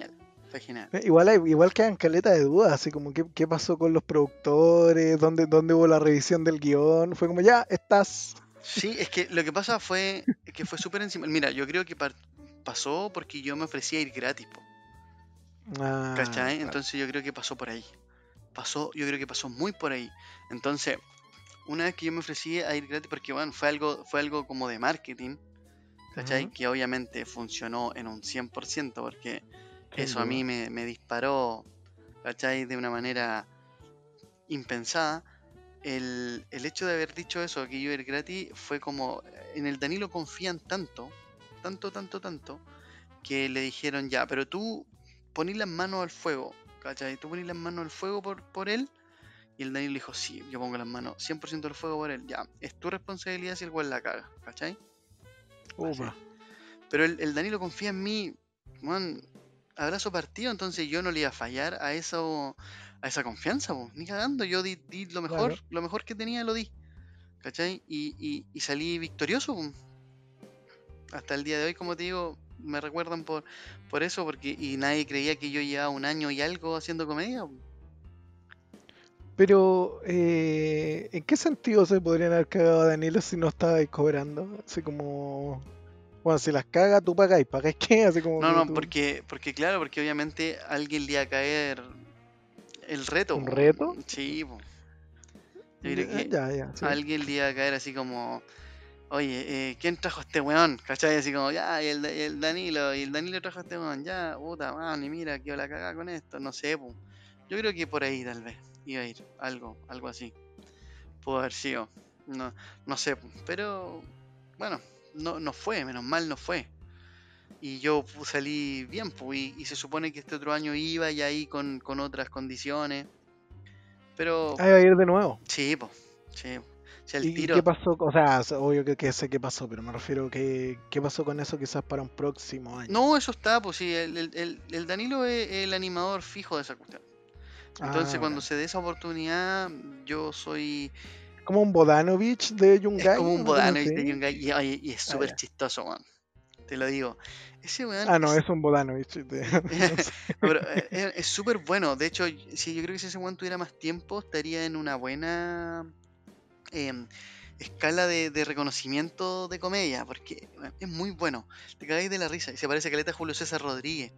Fue genial. Igual quedan caleta de dudas, así como qué pasó con los productores, dónde hubo la revisión del guión, fue como ya, estás. Sí, es que lo que pasa fue que fue súper encima. Mira, yo creo que pasó porque yo me ofrecía ir gratis, po, ¿cachai? Claro. Entonces yo creo que pasó por ahí. Yo creo que pasó muy por ahí. Entonces, una vez que yo me ofrecí a ir gratis, porque bueno, fue algo como de marketing, ¿cachai? Ujú, Que obviamente funcionó en un 100%, porque sin eso a mí duda. me disparó, ¿cachai? De una manera impensada. El hecho de haber dicho eso, que yo iba a ir gratis, fue como, en el Danilo confían tanto, tanto, que le dijeron ya, pero tú poní las manos al fuego, ¿cachai? Tú poní las manos al fuego por él. Y el Danilo dijo, sí, yo pongo las manos 100% al fuego por él, ya, es tu responsabilidad si el weón la caga, ¿cachai? Así. Upa. Pero el Danilo confía en mí, man, abrazo partido, entonces yo no le iba a fallar a eso, a esa confianza, po, ni cagando, yo di Claro. lo mejor que tenía lo di, ¿cachai? Y salí victorioso, po. Hasta el día de hoy, como te digo, me recuerdan por eso, porque y nadie creía que yo llevaba un año y algo haciendo comedia, po. Pero, ¿en qué sentido se podrían haber cagado a Danilo si no estabais cobrando? Así como, bueno, si las caga, tú pagáis qué? Así como No, que no, tú, porque claro, porque obviamente a alguien le iba a caer el reto, un po. reto. Sí, po. Yo creo Ya, que ya, a sí. alguien le iba a caer así como, oye, ¿quién trajo a este weón? ¿Cachai? Así como, ya, y el Danilo trajo a este weón, ya, puta, man, y mira, que la cagada con esto, no sé, po. Yo creo que por ahí tal vez iba a ir, algo así. Pudo haber sido, no, no sé, po. Pero bueno, no fue, menos mal no fue. Y yo salí bien, pues, y se supone que este otro año iba y ahí con otras condiciones. Pero Ah, iba a ir de nuevo. sí, pues, sí. Si al ¿Y qué tiro. pasó? O sea, obvio que sé qué pasó, pero me refiero que qué pasó con eso quizás para un próximo año. No, eso está, pues sí, el Danilo es el animador fijo de esa cuestión. Ah, Entonces cuando bacán. se dé esa oportunidad, yo soy... Como un Bodanovich de Es como Yungay, un una cosa Bodanovich de así. Yungay y es Ah, súper ya. chistoso, weón. Te lo digo. Ese weón Ah, no, es... es un Bodanovich. No sé. No, pero es súper bueno. De hecho, sí, yo creo que si ese weón tuviera más tiempo, estaría en una buena em, escala de reconocimiento de comedia, porque bueno, es muy bueno. Te cagáis de la risa. Y se parece a caleta a Julio César Rodríguez.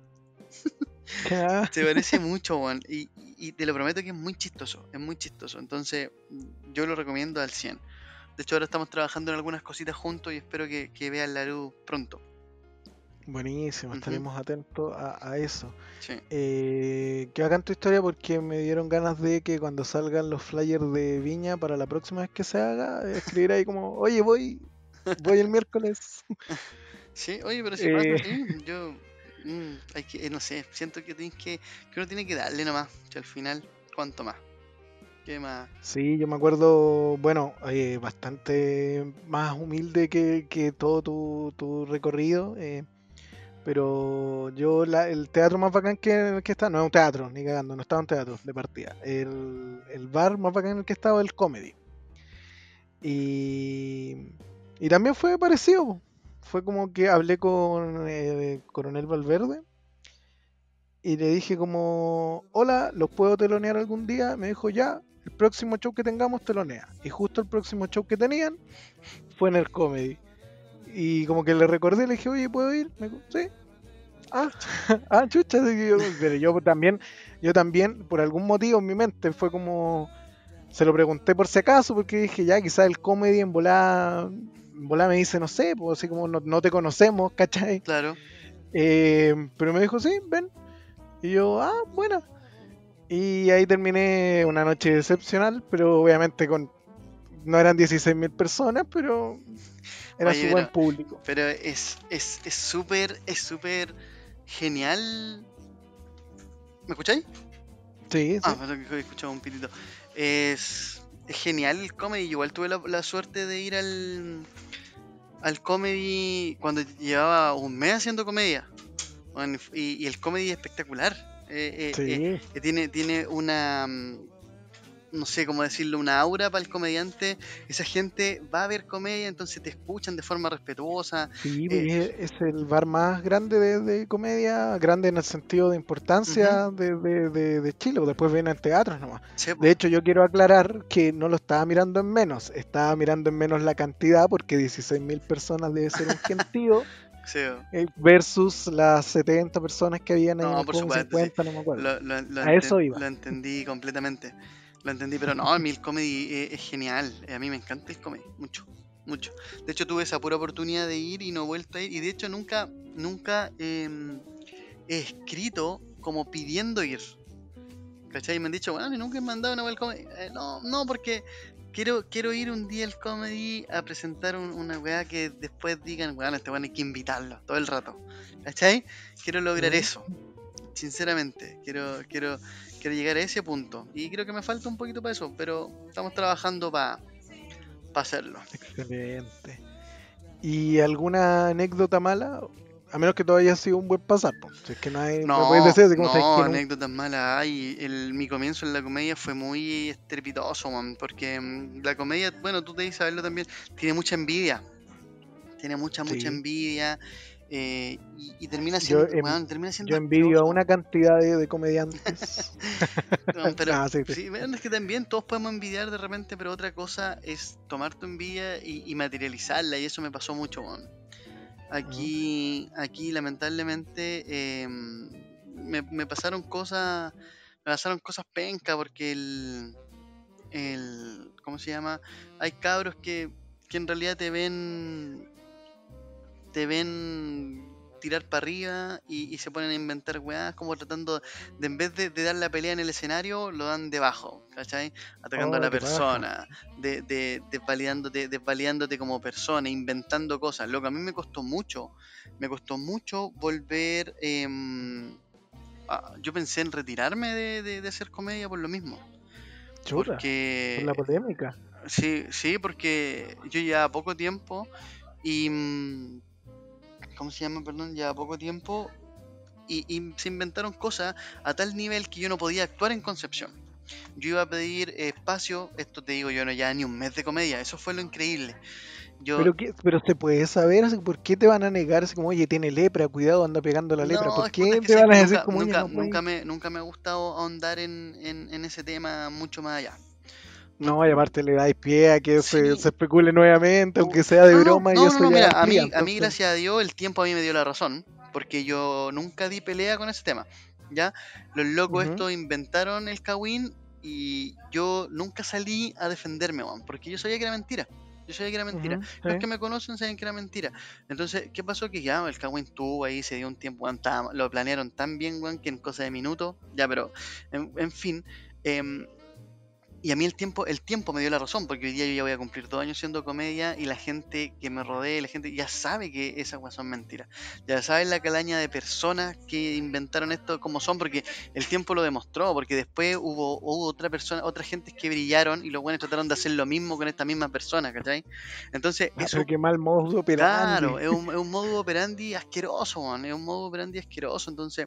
Ah, Se parece mucho, weón. Y te lo prometo que es muy chistoso. Es muy chistoso. Entonces, yo lo recomiendo al 100. De hecho, ahora estamos trabajando en algunas cositas juntos y espero que vean la luz pronto. buenísimo, Ujú, estaremos atentos a eso. sí. Qué bacán tu historia porque me dieron ganas de que cuando salgan los flyers de Viña para la próxima vez que se haga, escribir ahí como, oye, voy el miércoles. Sí, oye, pero si pasa, Eh, sí. Yo, hay que, no sé, siento que que uno tiene que darle nomás. Que al final, ¿cuánto más? ¿Qué más? sí, yo me acuerdo, bueno, bastante más humilde que todo tu recorrido, pero yo el teatro más bacán que está, no es un teatro, ni cagando, no estaba un teatro de partida. El bar más bacán en el que estaba el comedy. Y, y también fue parecido, po. Fue como que hablé con Coronel Valverde y le dije como, hola, ¿los puedo telonear algún día? Me dijo, ya, el próximo show que tengamos telonea. Y justo el próximo show que tenían fue en el comedy. Y como que le recordé, le dije, oye, ¿puedo ir? Me dijo, sí. Ah, chucha, así que pero yo también, por algún motivo en mi mente fue como, se lo pregunté por si acaso, porque dije, ya, quizás el comedy en volá me dice, no sé, pues así como no te conocemos, ¿cachai? Claro. Pero me dijo, sí, ven. Y yo, bueno. Y ahí terminé una noche excepcional, pero obviamente no eran 16.000 personas, pero era Oye, su buen público. pero es súper genial. ¿Me escucháis? Sí, Ah, sí. perdón que he escuchado un pitito. Es genial el comedy. Igual tuve la suerte de ir al comedy cuando llevaba un mes haciendo comedia. Bueno, y el comedy es espectacular. Sí. Tiene una, no sé cómo decirlo, una aura para el comediante. Esa gente va a ver comedia, entonces te escuchan de forma respetuosa. Sí, eh, es el bar más grande de comedia, grande en el sentido de Ujú, importancia de Chile, o después vienen teatros nomás. sí, De po, hecho, yo quiero aclarar que no lo estaba mirando en menos, estaba mirando en menos la cantidad, porque 16.000 personas debe ser un gentío, sí, po. versus las 70 personas que habían ahí en No, el por Comedy supuesto, sí. 50, no me acuerdo. Lo A eso lo iba. entendí completamente. Lo entendí, pero no, a mí el comedy es genial. A mí me encanta el comedy, mucho, mucho. De hecho, tuve esa pura oportunidad de ir y no he vuelto a ir. Y de hecho, nunca he escrito como pidiendo ir. ¿Cachai? Y me han dicho, bueno, y nunca he mandado una web al comedy. No, porque quiero ir un día al comedy a presentar una weá que después digan, bueno, este weón hay que invitarlo todo el rato. ¿Cachai? Quiero lograr ¿Mm? eso. Sinceramente, quiero llegar a ese punto. Y creo que me falta un poquito para eso, pero estamos trabajando para hacerlo. Excelente. ¿Y alguna anécdota mala? A menos que todavía haya sido un buen pasar, po. Si es que no hay, me puedes No, decir así como sabes no, que no. anécdotas malas hay. Mi comienzo en la comedia fue muy estrepitoso, man, porque la comedia, bueno, tú debes saberlo también, tiene mucha envidia. Tiene mucha Sí. envidia. Y termina Yo, siendo, bueno, termina siendo yo envidio a asqueroso. una cantidad de comediantes. No, pero No, sí, sí. sí, bueno, es que también todos podemos envidiar de repente, pero otra cosa es tomar tu envidia y materializarla, y eso me pasó mucho, weón. Mm. Aquí lamentablemente me pasaron cosas penca porque ¿cómo se llama? Hay cabros que en realidad te ven tirar para arriba y se ponen a inventar weás, como tratando de, en vez de dar la pelea en el escenario, lo dan debajo, ¿cachai? Atacando a Oh, la qué paja. persona, desvalidándote como persona, inventando cosas. Lo que a mí me costó mucho volver. Yo pensé en retirarme de hacer comedia por lo mismo. Chuta, por la Porque, polémica. sí, porque yo ya poco tiempo y. ¿Cómo se llama? Perdón, ya poco tiempo y se inventaron cosas a tal nivel que yo no podía actuar en Concepción. Yo iba a pedir espacio, esto te digo yo, no ya ni un mes de comedia, eso fue lo increíble. Yo, Pero se puede saber así, por qué te van a negar así como, oye, tiene lepra, cuidado, anda pegando la lepra. no, ¿Por es puta, es qué que te sabes van que a decir nunca, como, oye, nunca, no puedes? nunca me ha gustado ahondar en ese tema mucho más allá. No, No, y aparte le dais pie a que se sí, especule nuevamente, aunque sea de broma, y eso no, ya mira, amplía, a mí entonces. gracias a Dios el tiempo a mí me dio la razón, porque yo nunca di pelea con ese tema, ¿ya? Los locos Ujú, estos inventaron el Kawin y yo nunca salí a defenderme, weón, porque yo sabía que era mentira. Yo sabía que era mentira. ujú, Los sí. que me conocen saben que era mentira. Entonces, ¿qué pasó? Que ya el Kawin tuvo ahí, se dio un tiempo, weón, lo planearon tan bien, weón, que en cosa de minutos, ya, pero, en fin. em, y a mí el tiempo me dio la razón, porque hoy día yo ya voy a cumplir 2 años siendo comedia y la gente que me rodea, la gente ya sabe que esas cosas son mentiras. Ya saben la calaña de personas que inventaron esto como son, porque el tiempo lo demostró, porque después hubo otra persona, otras gentes que brillaron y los buenos trataron de hacer lo mismo con esta misma persona, ¿cachai? Entonces, Ah, pero eso, qué mal modus claro, operandi. es un modo operandi asqueroso, man, es un modo operandi asqueroso, entonces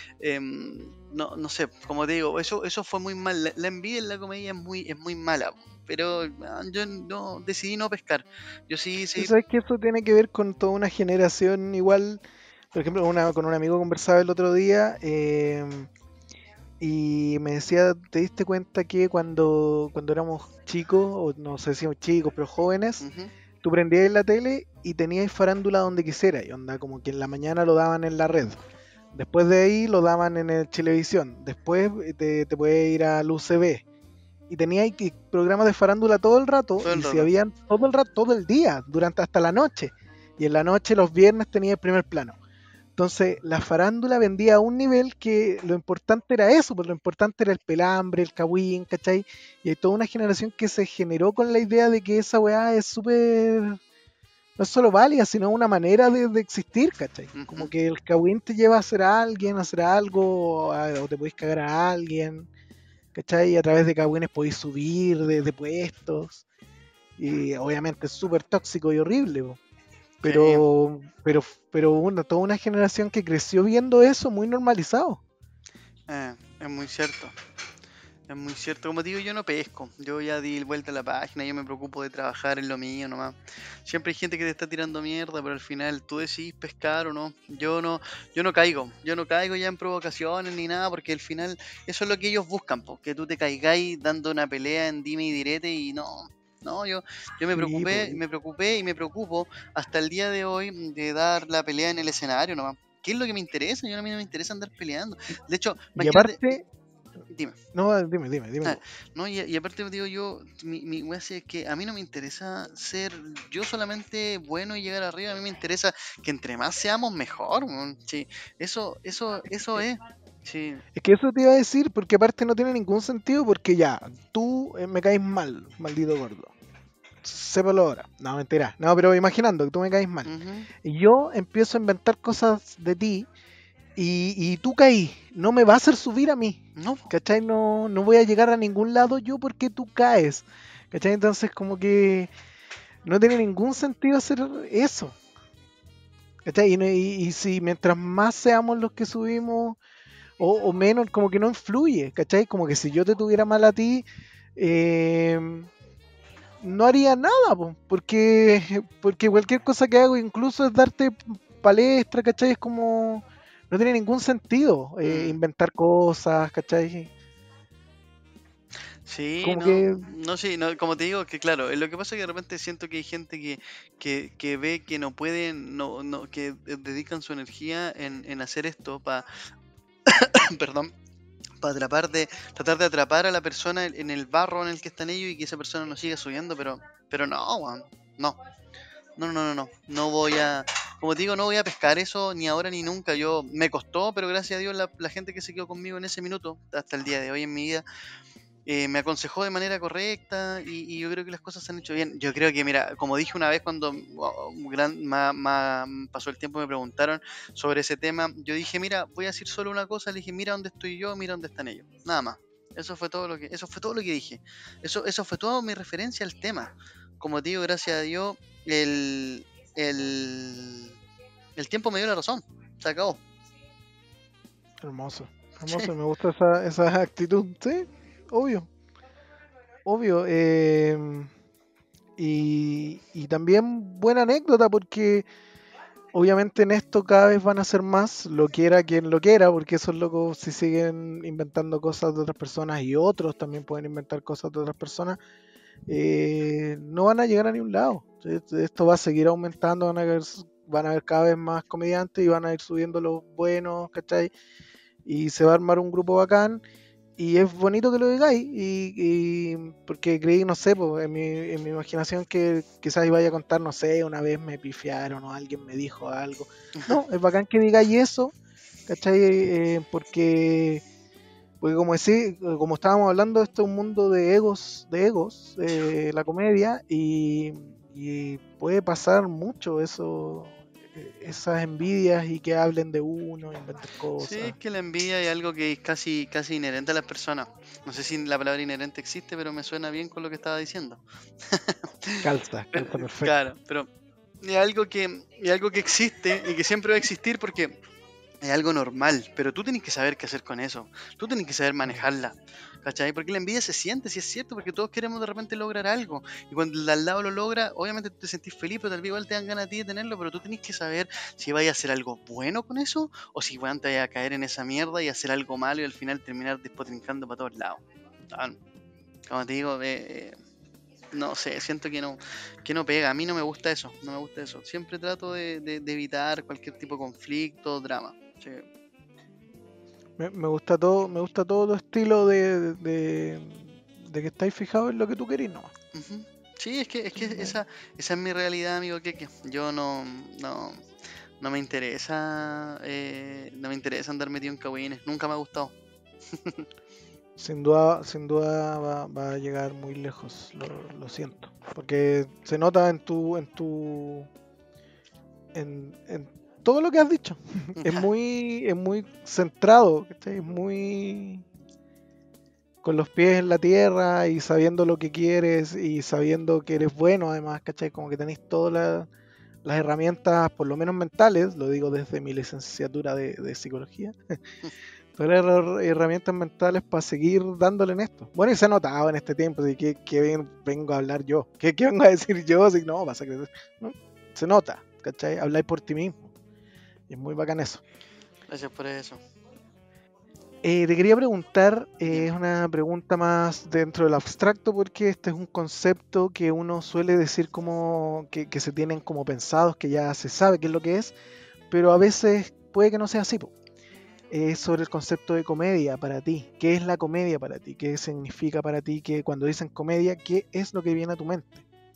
no sé, como te digo, eso fue muy mal. La envidia en la comedia es muy mala, pero yo no decidí no pescar. Yo sí Tú seguir. sabes que eso tiene que ver con toda una generación igual. Por ejemplo, con un amigo conversaba el otro día, y me decía, ¿te diste cuenta que cuando éramos chicos, o no sé si chicos, pero jóvenes, Ujú, tú prendías la tele y tenías farándula donde quisiera, y onda, como que en la mañana lo daban en la red. Después de ahí lo daban en el Televisión. Después te puedes ir al UCB. Y tenías programas de farándula todo el rato, todo el y si rato. habían todo el rato, todo el día, durante hasta la noche. Y en la noche, los viernes, tenía el primer plano. Entonces, la farándula vendía a un nivel que lo importante era eso, pues lo importante era el pelambre, el cagüín, ¿cachai? Y hay toda una generación que se generó con la idea de que esa weá es súper, no es solo válida, sino una manera de existir, ¿cachai? Como Ujú, que el cagüín te lleva a hacer a alguien, a hacer algo, o te podéis cagar a alguien, ¿cachai? Y a través de cagüines podéis subir de puestos. Y obviamente es súper tóxico y horrible, po. sí, Pero toda una generación que creció viendo eso muy normalizado. es muy cierto. Es muy cierto, como te digo, yo no pesco, yo ya di vuelta a la página, yo me preocupo de trabajar en lo mío nomás. Siempre hay gente que te está tirando mierda, pero al final tú decidís pescar o no. Yo no caigo ya en provocaciones ni nada, porque al final eso es lo que ellos buscan, pues, que tú te caigáis dando una pelea en dime y direte y no. No, yo Sí, pues. me preocupé y me preocupo hasta el día de hoy de dar la pelea en el escenario nomás. ¿Qué es lo que me interesa? Yo a mí no me interesa andar peleando. De hecho, Y imagínate, aparte, dime. no, dime Ah, tú. no, y aparte digo yo, mi wea sí es que a mí no me interesa ser yo solamente bueno y llegar arriba, a mí me interesa que entre más seamos mejor, weón. Sí, eso es. Sí. Es que eso te iba a decir, porque aparte no tiene ningún sentido, porque ya, tú me caes mal, maldito gordo. Sépalo ahora. No, mentira. No, pero imaginando que tú me caes mal. Ujú. Y yo empiezo a inventar cosas de ti y tú caí. No me va a hacer subir a mí. No, ¿Cachai? No, no voy a llegar a ningún lado yo porque tú caes. ¿Cachai? Entonces como que no tiene ningún sentido hacer eso. ¿Cachai? Y si mientras más seamos los que subimos o menos, como que no influye. ¿Cachai? Como que si yo te tuviera mal a ti, eh, no haría nada, po, porque cualquier cosa que hago, incluso es darte palestra, ¿cachai? Es como, no tiene ningún sentido mm, inventar cosas, ¿cachai? sí, Como no, que, no, sí, no, como te digo, que claro, lo que pasa es que de repente siento que hay gente que ve que no pueden, que dedican su energía en hacer esto para, perdón, para tratar de atrapar a la persona en el barro en el que están ellos y que esa persona no siga subiendo, pero no, weón, no, no voy a, como te digo, no voy a pescar eso ni ahora ni nunca. Yo me costó, pero gracias a Dios la gente que se quedó conmigo en ese minuto, hasta el día de hoy en mi vida, me aconsejó de manera correcta y yo creo que las cosas se han hecho bien. Yo creo que, mira, como dije una vez cuando pasó el tiempo y me preguntaron sobre ese tema, yo dije, mira, voy a decir solo una cosa, le dije, mira dónde estoy yo, mira dónde están ellos. Nada más. Eso fue todo lo que dije. Eso fue toda mi referencia al tema. Como te digo, gracias a Dios, el, el, el tiempo me dio la razón. Se acabó. hermoso, Sí. hermoso, me gusta esa actitud, sí, obvio, obvio. Y también buena anécdota porque obviamente en esto cada vez van a ser más, lo quiera quien lo quiera, porque esos locos si siguen inventando cosas de otras personas y otros también pueden inventar cosas de otras personas, no van a llegar a ningún lado. Esto va a seguir aumentando, van a haber cada vez más comediantes y van a ir subiendo los buenos, ¿cachai? Y se va a armar un grupo bacán. Y es bonito que lo digáis, porque creí, no sé, pues, en mi imaginación que quizás iba a contar, no sé, una vez me pifiaron o alguien me dijo algo. No, es bacán que digáis eso, ¿cachai? Porque como estábamos hablando, esto es un mundo de egos, la comedia, y puede pasar mucho eso, esas envidias y que hablen de uno, inventen Sí, es cosas. que la envidia es algo que es casi inherente a las personas. No sé si la palabra inherente existe, pero me suena bien con lo que estaba diciendo. Calza perfecto. Claro, pero es algo que existe y que siempre va a existir porque es algo normal, pero tú tienes que saber qué hacer con eso. Tú tienes que saber Mm. manejarla. ¿Cachai? Porque la envidia se siente, si es cierto, porque todos queremos de repente lograr algo. Y cuando el de al lado lo logra, obviamente tú te sentís feliz, pero tal vez igual te dan ganas a ti de tenerlo, pero tú tienes que saber si vayas a hacer algo bueno con eso o si weón, te vayas a caer en esa mierda y hacer algo malo y al final terminar despotrincando para todos lados. Ah, como te digo, no sé, siento que no pega. A mí no me gusta eso, no me gusta eso. Siempre trato de evitar cualquier tipo de conflicto, drama. Sí. Me gusta todo tu estilo de que estáis fijados en lo que tú querís nomás. Ujú. Sí, es que Me- esa es mi realidad, amigo, que yo no me interesa andar metido en cagüines, nunca me ha gustado. Sin duda va a llegar muy lejos, lo siento. Porque se nota en todo lo que has dicho. Es muy centrado, ¿cachai? Es muy con los pies en la tierra y sabiendo lo que quieres y sabiendo que eres bueno además, ¿cachai? Como que tenéis todas las herramientas, por lo menos mentales, lo digo desde mi licenciatura de psicología, lograr herramientas mentales para seguir dándole en esto. Bueno, y se ha notado en este tiempo, así que vengo a hablar yo. ¿Qué vengo a decir yo? Así, no, pasa que no, se nota, ¿cachai? Habláis por ti mismo. Y es muy bacán eso. Gracias por eso. Te quería preguntar, es una pregunta más dentro del abstracto, porque este es un concepto que uno suele decir como que se tienen como pensados, que ya se sabe qué es lo que es, pero a veces puede que no sea así, po. Es sobre el concepto de comedia para ti. ¿Qué es la comedia para ti? ¿Qué significa para ti? Que cuando dicen comedia, ¿qué es lo que viene a tu mente?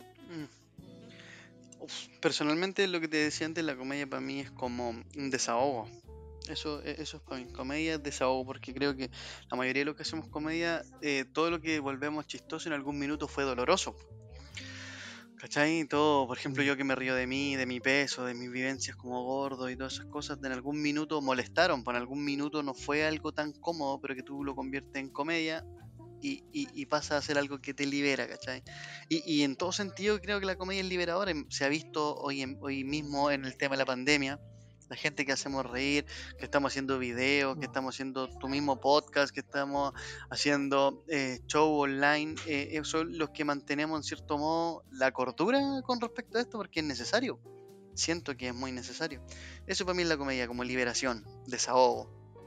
Personalmente, lo que te decía antes, la comedia para mí es como un desahogo. Eso es para mí. Comedia es desahogo, porque creo que la mayoría de los que hacemos comedia, todo lo que volvemos chistoso en algún minuto fue doloroso. ¿Cachai? Todo, por ejemplo, yo que me río de mí, de mi peso, de mis vivencias como gordo y todas esas cosas, en algún minuto molestaron, pues en algún minuto no fue algo tan cómodo, pero que tú lo conviertes en comedia y pasa a ser algo que te libera, ¿cachai? Y en todo sentido creo que la comedia es liberadora. Se ha visto hoy mismo en el tema de la pandemia. La gente que hacemos reír, que estamos haciendo videos, que estamos haciendo tu mismo podcast, que estamos haciendo show online, son los que mantenemos en cierto modo la cordura con respecto a esto, porque es necesario. Siento que es muy necesario. Eso para mí es la comedia, como liberación, desahogo.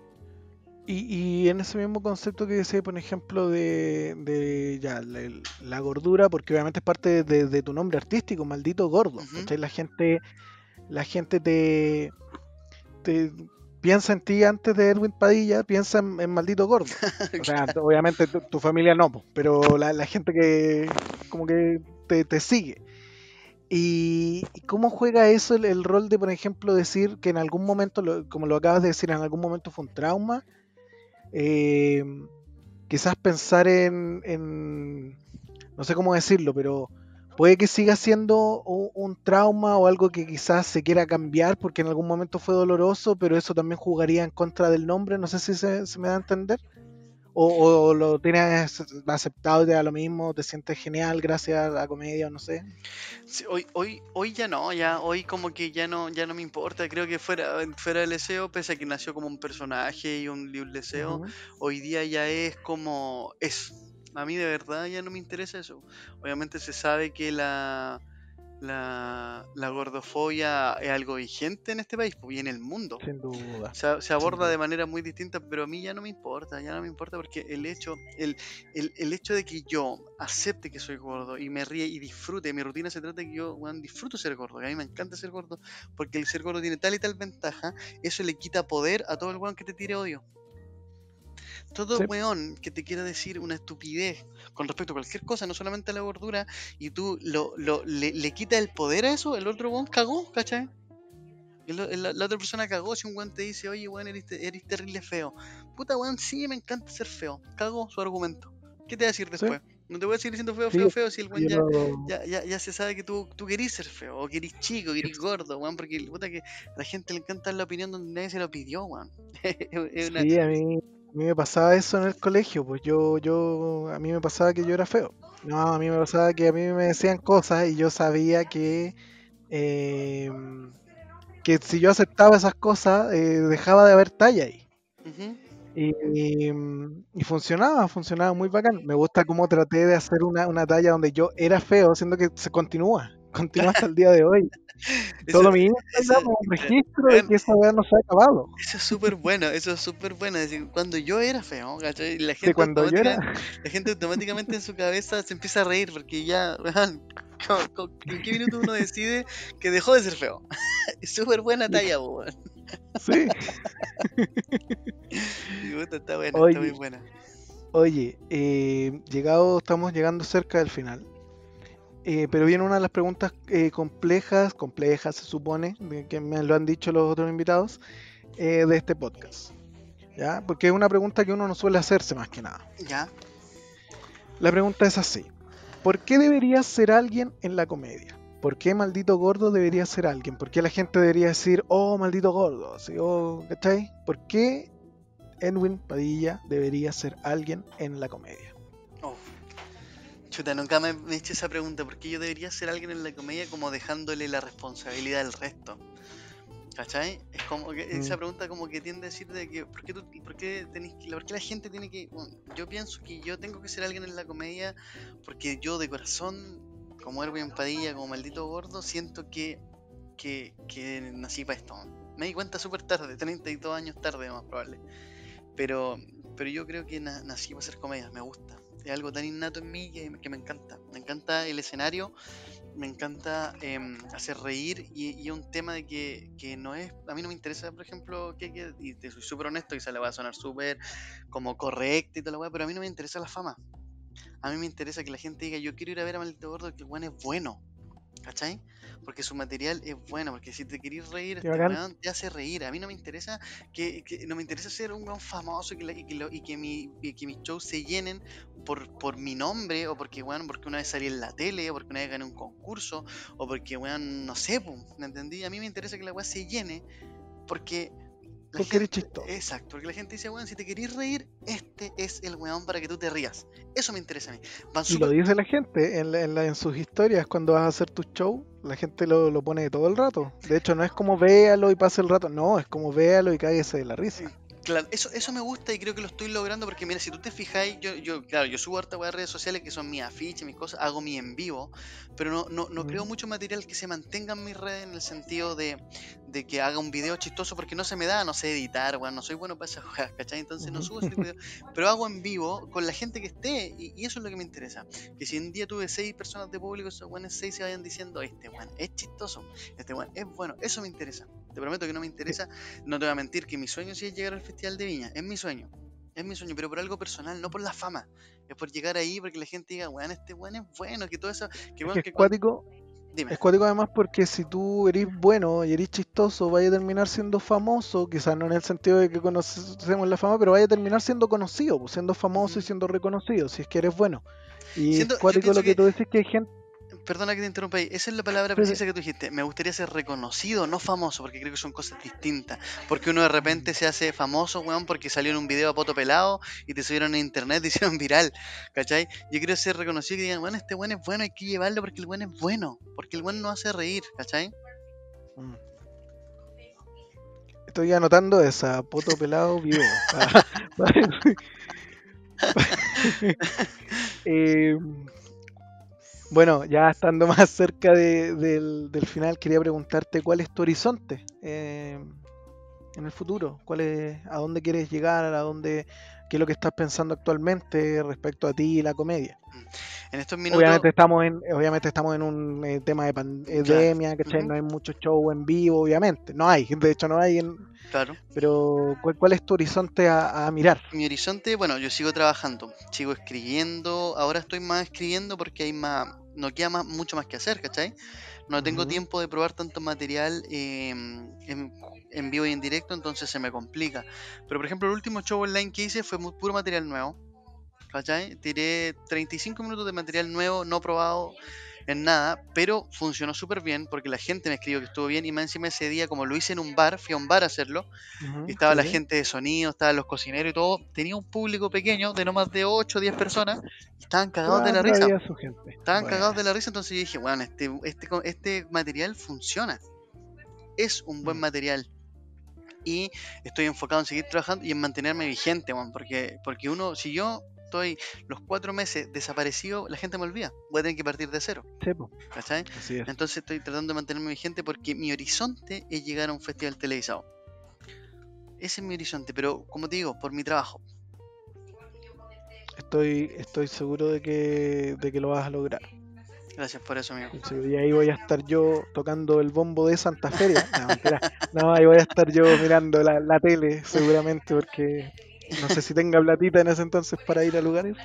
Y en ese mismo concepto que decía, por ejemplo, de ya, la gordura, porque obviamente es parte de tu nombre artístico, Maldito Gordo. ¿Cachai? La gente te piensa en ti antes de Edwin Padilla, piensa en Maldito Gordo. O sea, obviamente tu familia no, pero la gente que como que te sigue. ¿Y cómo juega eso el rol de, por ejemplo, decir que en algún momento, como lo acabas de decir, en algún momento fue un trauma? Quizás pensar en, no sé cómo decirlo, pero puede que siga siendo un trauma o algo que quizás se quiera cambiar porque en algún momento fue doloroso, pero eso también jugaría en contra del nombre. No sé si se me da a entender. O lo tienes aceptado y te da lo mismo, te sientes genial gracias a la comedia, o no sé. Sí, hoy ya no, hoy como que ya no me importa. Creo que fuera del deseo, pese a que nació como un personaje y un deseo, hoy día ya es como es. A mí de verdad ya no me interesa eso. Obviamente se sabe que la gordofobia es algo vigente en este país y en el mundo. Sin duda. Se aborda de manera muy distinta, pero a mí ya no me importa, porque el hecho de que yo acepte que soy gordo y me ríe y disfrute, mi rutina se trata de que yo, bueno, disfruto ser gordo, que a mí me encanta ser gordo, porque el ser gordo tiene tal y tal ventaja, eso le quita poder a todo el weón que te tire odio. Todo weón que te quiera decir una estupidez con respecto a cualquier cosa, no solamente a la gordura, y tú le quitas el poder a eso, el otro weón cagó, ¿cachai? La otra persona cagó. Si un weón te dice, oye weón, eres terrible feo, puta weón, sí, me encanta ser feo, cagó su argumento. ¿Qué te va a decir después? No te voy a seguir diciendo feo, si el weón ya se sabe que tú querís ser feo, o querís chico, querís gordo, weón, porque puta que a la gente le encanta la opinión donde nadie se lo pidió, weón. Sí, a mí me pasaba eso en el colegio, pues a mí me pasaba que yo era feo. No, a mí me pasaba que a mí me decían cosas y yo sabía que si yo aceptaba esas cosas, dejaba de haber talla ahí. Y funcionaba muy bacán. Me gusta cómo traté de hacer una talla donde yo era feo, siendo que se continúa hasta el día de hoy. Todo mi Instagram es un registro de que esa weá no se ha acabado. Eso es súper bueno, Es decir, cuando yo era feo, ¿cachai? La gente automáticamente en su cabeza se empieza a reír porque ya, ¿en qué minuto uno decide que dejó de ser feo? Es súper buena talla, weón. Sí. Está buena, está muy buena. Oye, estamos llegando cerca del final. Pero viene una de las preguntas complejas se supone, que me lo han dicho los otros invitados, de este podcast. ¿Ya? Porque es una pregunta que uno no suele hacerse más que nada. ¿Ya? La pregunta es así. ¿Por qué deberías ser alguien en la comedia? ¿Por qué Maldito Gordo debería ser alguien? ¿Por qué la gente debería decir, oh, Maldito Gordo? ¿Sí? ¿Cachai? ¿Por qué Edwin Padilla debería ser alguien en la comedia? Chuta, nunca me he hecho esa pregunta. ¿Por qué yo debería ser alguien en la comedia como dejándole la responsabilidad al resto? ¿Cachai? Es como que Mm. esa pregunta como que tiende a decir de que ¿por qué la gente tiene que... Bueno, yo pienso que yo tengo que ser alguien en la comedia porque yo de corazón, como Erwin Padilla, como Maldito Gordo, siento que nací para esto. Me di cuenta súper tarde, 32 años tarde, más probable. Pero yo creo que nací para hacer comedia, me gusta. Es algo tan innato en mí que me encanta. Me encanta el escenario, me encanta hacer reír y es un tema de que no es... A mí no me interesa, por ejemplo, y te soy súper honesto, quizá le va a sonar súper como correcto y toda la weá, pero a mí no me interesa la fama. A mí me interesa que la gente diga, yo quiero ir a ver a Maldito Gordo, que el weón es bueno. ¿Cachai? Porque su material es bueno, porque si te querís reír, Qué este bacán. weón te hace reír. A mí no me interesa no me interesa ser un weón famoso y que mis shows se llenen por mi nombre, o porque una vez salí en la tele, o porque una vez gané un concurso, o porque weón, no sé, ¿me entendí? A mí me interesa que la weá se llene porque la Porque eres gente, chistoso. exacto, porque la gente dice, weón, si te querís reír, este es el weón para que tú te rías. Eso me interesa a mí. Van Y lo súper... dice la gente en sus historias cuando vas a hacer tu show. La gente lo pone todo el rato. De hecho, no es como véalo y pase el rato. No, es como véalo y cáguese de la risa. Claro, eso me gusta y creo que lo estoy logrando porque mira, si tú te fijáis, claro, yo subo harta weá a redes sociales que son mis afiches, mis cosas, hago mi en vivo, pero no creo Mm. mucho material que se mantenga en mis redes en el sentido de que haga un video chistoso porque no se me da, no sé editar, weón, no soy bueno para esas weas, ¿cachai? Entonces no subo ese video, pero hago en vivo con la gente que esté y eso es lo que me interesa. Que si un día tuve 6 personas de público, esos weones 6 se vayan diciendo, este weón es chistoso, este weón es bueno, eso me interesa. Te prometo que no me interesa, no te voy a mentir que mi sueño sí es llegar al Festival de Viña, es mi sueño, pero por algo personal, no por la fama, es por llegar ahí, porque la gente diga, weón, este weón es bueno, que todo eso, que Es weón, que que cuando... Dime, es cuático además porque si tú eres bueno y eres chistoso, vaya a terminar siendo famoso, quizás no en el sentido de que conocemos la fama, pero vaya a terminar siendo conocido, pues, siendo famoso y siendo reconocido, si es que eres bueno. Y es yo cuático pienso lo que que, tú decís que hay gente... perdona que te interrumpa ahí, esa es la palabra Sí, sí. precisa que tú dijiste, me gustaría ser reconocido, no famoso, porque creo que son cosas distintas, porque uno de repente se hace famoso, weón, porque salió en un video a poto pelado y te subieron en internet, te hicieron viral, ¿cachai? Yo quiero ser reconocido y que digan, bueno, este weón es bueno, hay que llevarlo porque el weón es bueno, porque el weón nos hace reír, ¿cachai? Mm. Estoy anotando esa poto pelado video. Eh, bueno, ya estando más cerca del final, quería preguntarte cuál es tu horizonte en el futuro. ¿A dónde quieres llegar? ¿Qué es lo que estás pensando actualmente respecto a ti y la comedia? En estos minutos, Obviamente estamos en un tema de claro, pandemia, ¿cachai? No hay mucho show en vivo, obviamente. No hay, de hecho no hay. claro. Pero ¿cuál es tu horizonte a mirar? Mi horizonte, bueno, yo sigo trabajando, sigo escribiendo, ahora estoy más escribiendo porque no queda mucho más que hacer, ¿cachai? No tengo Ujú. tiempo de probar tanto material en vivo y en directo, entonces se me complica. Pero por ejemplo, el último show online que hice fue puro material nuevo, ¿cachai? Tiré 35 minutos de material nuevo, no probado en nada, pero funcionó súper bien porque la gente me escribió que estuvo bien y más encima ese día, como lo hice en un bar, fui a un bar a hacerlo. Y Ujú, estaba sí, la sí. gente de sonido, estaban los cocineros y todo. Tenía un público pequeño de no más de 8 o 10 personas. Y estaban cagados de la Pero risa. había su gente. Estaban cagados Bueno. de la risa, entonces yo dije, bueno, este material funciona. Es un buen Mm. material. Y estoy enfocado en seguir trabajando y en mantenerme vigente, weón. Porque si yo estoy los 4 meses desaparecido, la gente me olvida. Voy a tener que partir de cero. Sí, po, ¿Cachai? así es. Entonces estoy tratando de mantenerme vigente porque mi horizonte es llegar a un festival televisado. Ese es mi horizonte, pero como te digo, por mi trabajo. Estoy seguro de que lo vas a lograr. Gracias por eso, amigo. Sí, y ahí voy a estar yo tocando el bombo de Santa Feria. No, mentira. No, ahí voy a estar yo mirando la tele, seguramente, porque no sé si tenga platita en ese entonces para ir a lugares,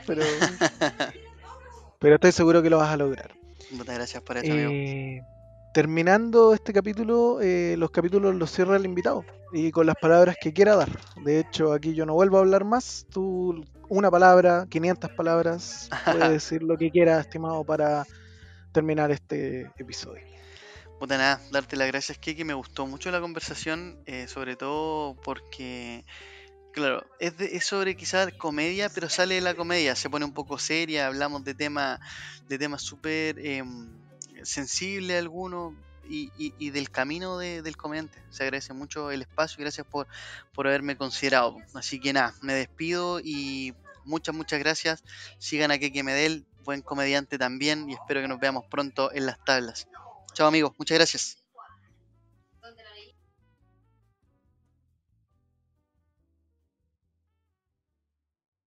pero estoy seguro que lo vas a lograr. Muchas gracias por eso, amigo. Eh, Terminando este capítulo, los capítulos los cierra el invitado y con las palabras que quiera dar. De hecho, aquí yo no vuelvo a hablar más. Tú, una palabra, 500 palabras, puedes decir lo que quieras, estimado, para terminar este episodio. Puta nada, darte las gracias, Kiki. Me gustó mucho la conversación, sobre todo porque, claro, es sobre quizás comedia, pero sale de la comedia, se pone un poco seria, hablamos de temas súper sensibles algunos, y del camino del comediante. Se agradece mucho el espacio y gracias por haberme considerado. Así que nada, me despido y muchas gracias. Sigan a Keke Medel, buen comediante también, y espero que nos veamos pronto en las tablas. Chao amigos, muchas gracias.